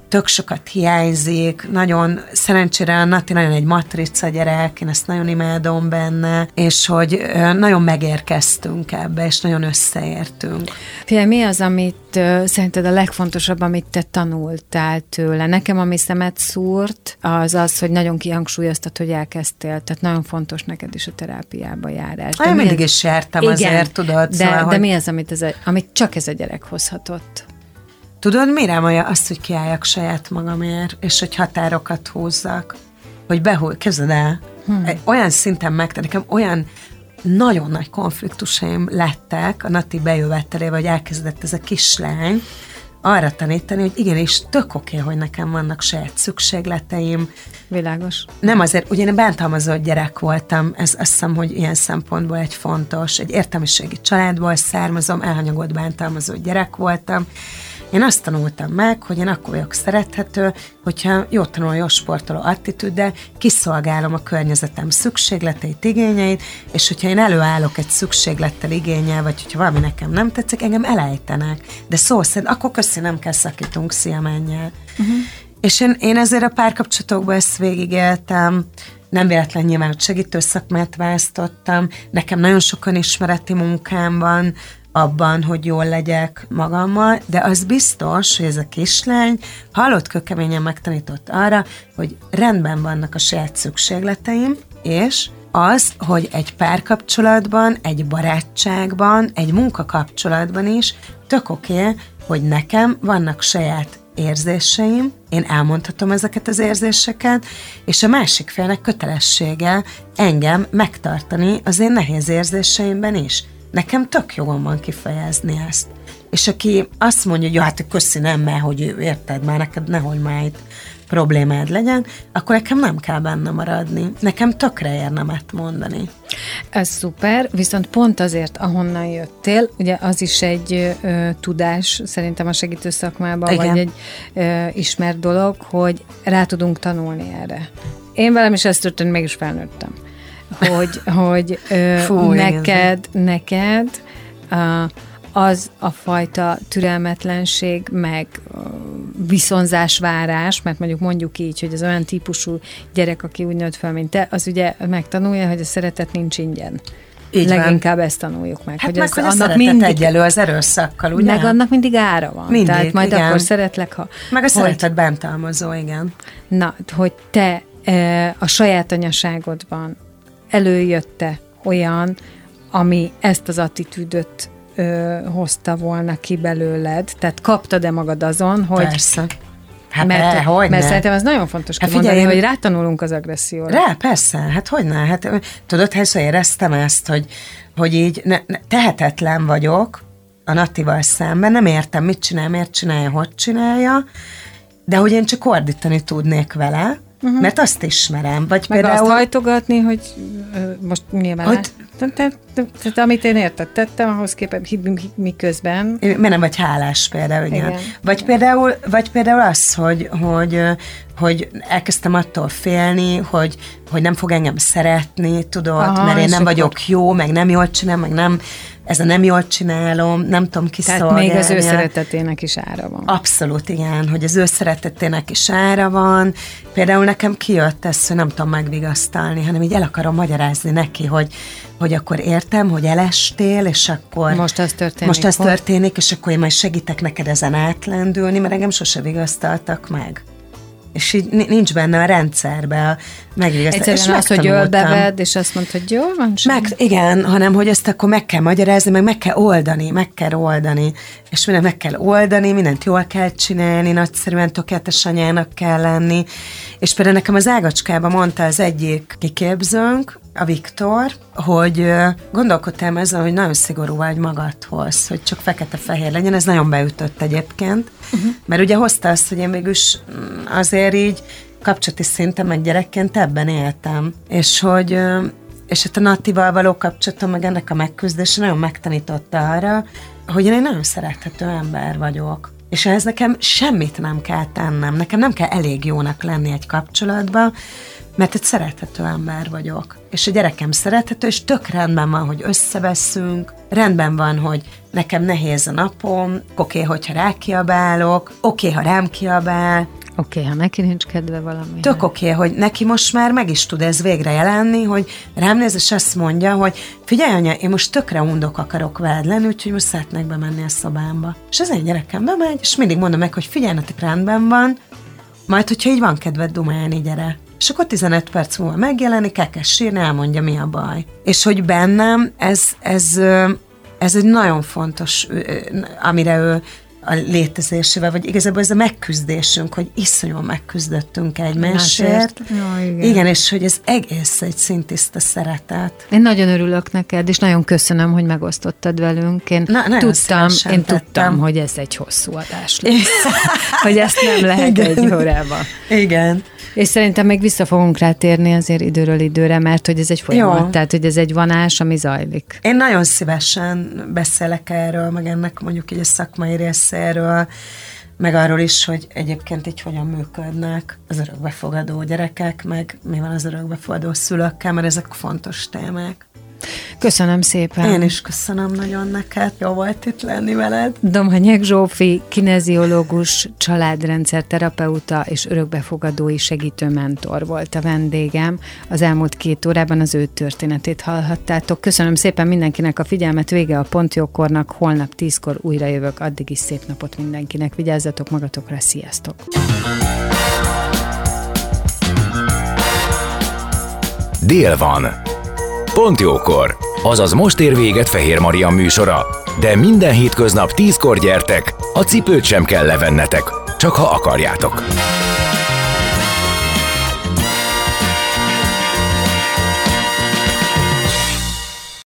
tök sokat hiányzik, nagyon, szerencsére a Nati nagyon egy matrica gyerek, én ezt nagyon imádom benne, és hogy nagyon megérkeztünk ebbe, és nagyon összeértünk. Figyelj, mi az, amit uh, szerinted a legfontosabb, amit te tanultál tőle? Nekem, ami szemet szúrt, az az, hogy nagyon kihangsúlyoztat, hogy elkezdtél, tehát nagyon fontos neked is a terápiába járás. De én mindig is jártam igen, azért, tudod. De, szóval, de hogy... mi az, amit, ez a, amit csak ez a gyerek hozhatott? Tudod, mire mondja azt, hogy kiálljak saját magamért, és hogy határokat húzzak, hogy behúj, képzeld el, hmm. olyan szinten megte, nekem olyan nagyon nagy konfliktusaim lettek a Nati bejövetelével, hogy elkezdett ez a kislány arra tanítani, hogy igenis tök oké, hogy nekem vannak saját szükségleteim. Világos. Nem azért, ugye én bántalmazott gyerek voltam, ez azt hiszem, hogy ilyen szempontból egy fontos, egy értelmiségi családból származom, elhanyagolt bántalmazott gyerek voltam. Én azt tanultam meg, hogy én akkor vagyok szerethető, hogyha jó tanuló, jó sportoló attitűddel kiszolgálom a környezetem szükségleteit, igényeit, és hogyha én előállok egy szükséglettel, igénnyel, vagy hogyha valami nekem nem tetszik, engem elejtenek. De szó szerint, akkor köszi, nem kell szakítunk, szia, menjél. Uh-huh. És én, én ezért a párkapcsolatokban ezt végigéltem, nem véletlen nyilván, hogy segítő szakmát választottam, nekem nagyon sokan ismereti munkám van, abban, hogy jól legyek magammal, de az biztos, hogy ez a kislány halott kőkeményen megtanított arra, hogy rendben vannak a saját szükségleteim, és az, hogy egy párkapcsolatban, egy barátságban, egy munkakapcsolatban is tök oké, hogy nekem vannak saját érzéseim, én elmondhatom ezeket az érzéseket, és a másik félnek kötelessége engem megtartani az én nehéz érzéseimben is. Nekem tök jogom van kifejezni ezt. És aki azt mondja, hogy jó, hát köszi, nem, mert hogy érted, már neked nehogy már itt problémád legyen, akkor nekem nem kell benne maradni. Nekem tökre ér nemet mondani. Ez szuper, viszont pont azért, ahonnan jöttél, ugye az is egy ö, tudás, szerintem a segítő szakmában, igen. Vagy egy ö, ismert dolog, hogy rá tudunk tanulni erre. Én velem is ezt történt, mégis felnőttem. Hogy, hogy ö, Fú, neked, neked uh, az a fajta türelmetlenség, meg uh, viszonzásvárás, mert mondjuk mondjuk így, hogy az olyan típusú gyerek, aki úgy nőtt fel, mint te, az ugye megtanulja, hogy a szeretet nincs ingyen. Így Leginkább van. Ezt tanuljuk meg. Hát hogy meg, az, hogy a annak szeretet mindig, egyelő az erőszakkal, ugye? Meg annak mindig ára van. Mindig, Tehát majd igen. akkor szeretlek, ha... Meg a hogy, szeretet bántalmazó, igen. Na, hogy te e, a saját anyaságodban előjötte olyan, ami ezt az attitűdöt ö, hozta volna ki belőled? Tehát kaptad-e magad azon, hogy... Persze. Hát mert, ne, hogy mert ne. szerintem ez nagyon fontos Hát kimondani, figyelj, hogy rátanulunk az agresszióra. Rá, persze, hát hogy ne? Hát, tudod, hányszor éreztem ezt, hogy, hogy így ne, ne, tehetetlen vagyok a Natival szemben, nem értem, mit csinál, miért csinálja, hogy csinálja, de hogy én csak ordítani tudnék vele, Uh-huh. mert azt ismerem. Vagy meg például... azt hajtogatni, hogy ö, most nyilván... Hogy... Tehát amit én érted, tettem, ahhoz képest miközben... Miért nem vagy hálás például, igen. igen. Vagy, igen. Például, vagy például az, hogy, hogy, hogy elkezdtem attól félni, hogy, hogy nem fog engem szeretni, tudod, Aha, mert én nem vagyok akkor... jó, meg nem jól csinálom, meg nem, ez a nem jól csinálom, nem tudom kiszolgálni. Tehát még az ő szeretetének is ára van. Abszolút, igen, hogy az ő szeretetének is ára van. Például nekem kijött ez, hogy nem tudom megvigasztalni, hanem így el akarom magyarázni neki, hogy, hogy akkor értem, hogy elestél, és akkor... Most ez történik. Most ez történik, és akkor én majd segítek neked ezen átlendülni, mert engem sose vigasztaltak meg. És így nincs benne a rendszerbe a megvigasztalás. Egyszerűen az, hogy ölbeved, és azt mondta, hogy jó van sem. Meg, igen, hanem, hogy ezt akkor meg kell magyarázni, meg meg kell oldani, meg kell oldani. És mindent meg kell oldani, mindent jól kell csinálni, nagyszerűen tökéletes anyának kell lenni. És például nekem az Ágacskában mondta az egyik kiképzőnk, a Viktor, hogy gondolkodtam ezen, hogy nagyon szigorú vagy magadhoz, hogy csak fekete-fehér legyen, ez nagyon beütött egyébként, uh-huh. mert ugye hozta azt, hogy én mégis azért így kapcsolati szinten meg gyerekként ebben éltem, és hogy és hát a Natival való kapcsolatom, meg ennek a megküzdése nagyon megtanította arra, hogy én egy nagyon szerethető ember vagyok. És ehhez nekem semmit nem kell tennem, nekem nem kell elég jónak lenni egy kapcsolatban, mert egy szerethető ember vagyok. És a gyerekem szerethető, és tök rendben van, hogy összeveszünk, rendben van, hogy nekem nehéz a napom, oké, okay, hogyha rákiabálok, oké, okay, ha rám kiabál. Oké, okay, ha neki nincs kedve valami. Tök oké, okay, hogy neki most már meg is tud ez végre jelenni, hogy rám néz, és azt mondja, hogy figyelj anya, én most tökre undok akarok veled lenni, úgyhogy most szeretnék bemenni a szobámba. És az én gyerekem bemegy, és mindig mondom meg, hogy figyelj, netek rendben van, majd, hogyha így van kedved dumálni, gyere. És akkor tizenöt perc múlva megjelenik, elkezd sírni, elmondja, mi a baj. És hogy bennem ez, ez, ez egy nagyon fontos, amire ő a létezésével, vagy igazából ez a megküzdésünk, hogy iszonyúan megküzdöttünk egymásért. Ja, igen. igen, és hogy ez egész egy szintiszta szeretet. Én nagyon örülök neked, és nagyon köszönöm, hogy megosztottad velünk. Én Na, tudtam, én tettem. tudtam, hogy ez egy hosszú adás lesz. Hogy ezt nem lehet igen. egy órában. Igen. És szerintem még vissza fogunk rá térni azért időről időre, mert hogy ez egy folyamat, jó. Tehát hogy ez egy vonás, ami zajlik. Én nagyon szívesen beszélek erről, meg ennek mondjuk így a szakmai részéről, meg arról is, hogy egyébként így hogyan működnek az örökbefogadó gyerekek, meg mi van az örökbefogadó szülőkkel, mert ezek fontos témák. Köszönöm szépen. Én is köszönöm nagyon neked. Jó volt itt lenni veled. Domhanyag Zsófi, kineziológus, családrendszer terapeuta és örökbefogadói segítő mentor volt a vendégem. Az elmúlt két órában az ő történetét hallhattátok. Köszönöm szépen mindenkinek a figyelmet. Vége a Pontjókornak. Holnap tízkor újra jövök. Addig is szép napot mindenkinek. Vigyázzatok magatokra. Sziasztok! Dél van. Pont jókor, azaz most ér véget Fehér Maria műsora, de minden hétköznap tízkor gyertek, a cipőt sem kell levennetek, csak ha akarjátok.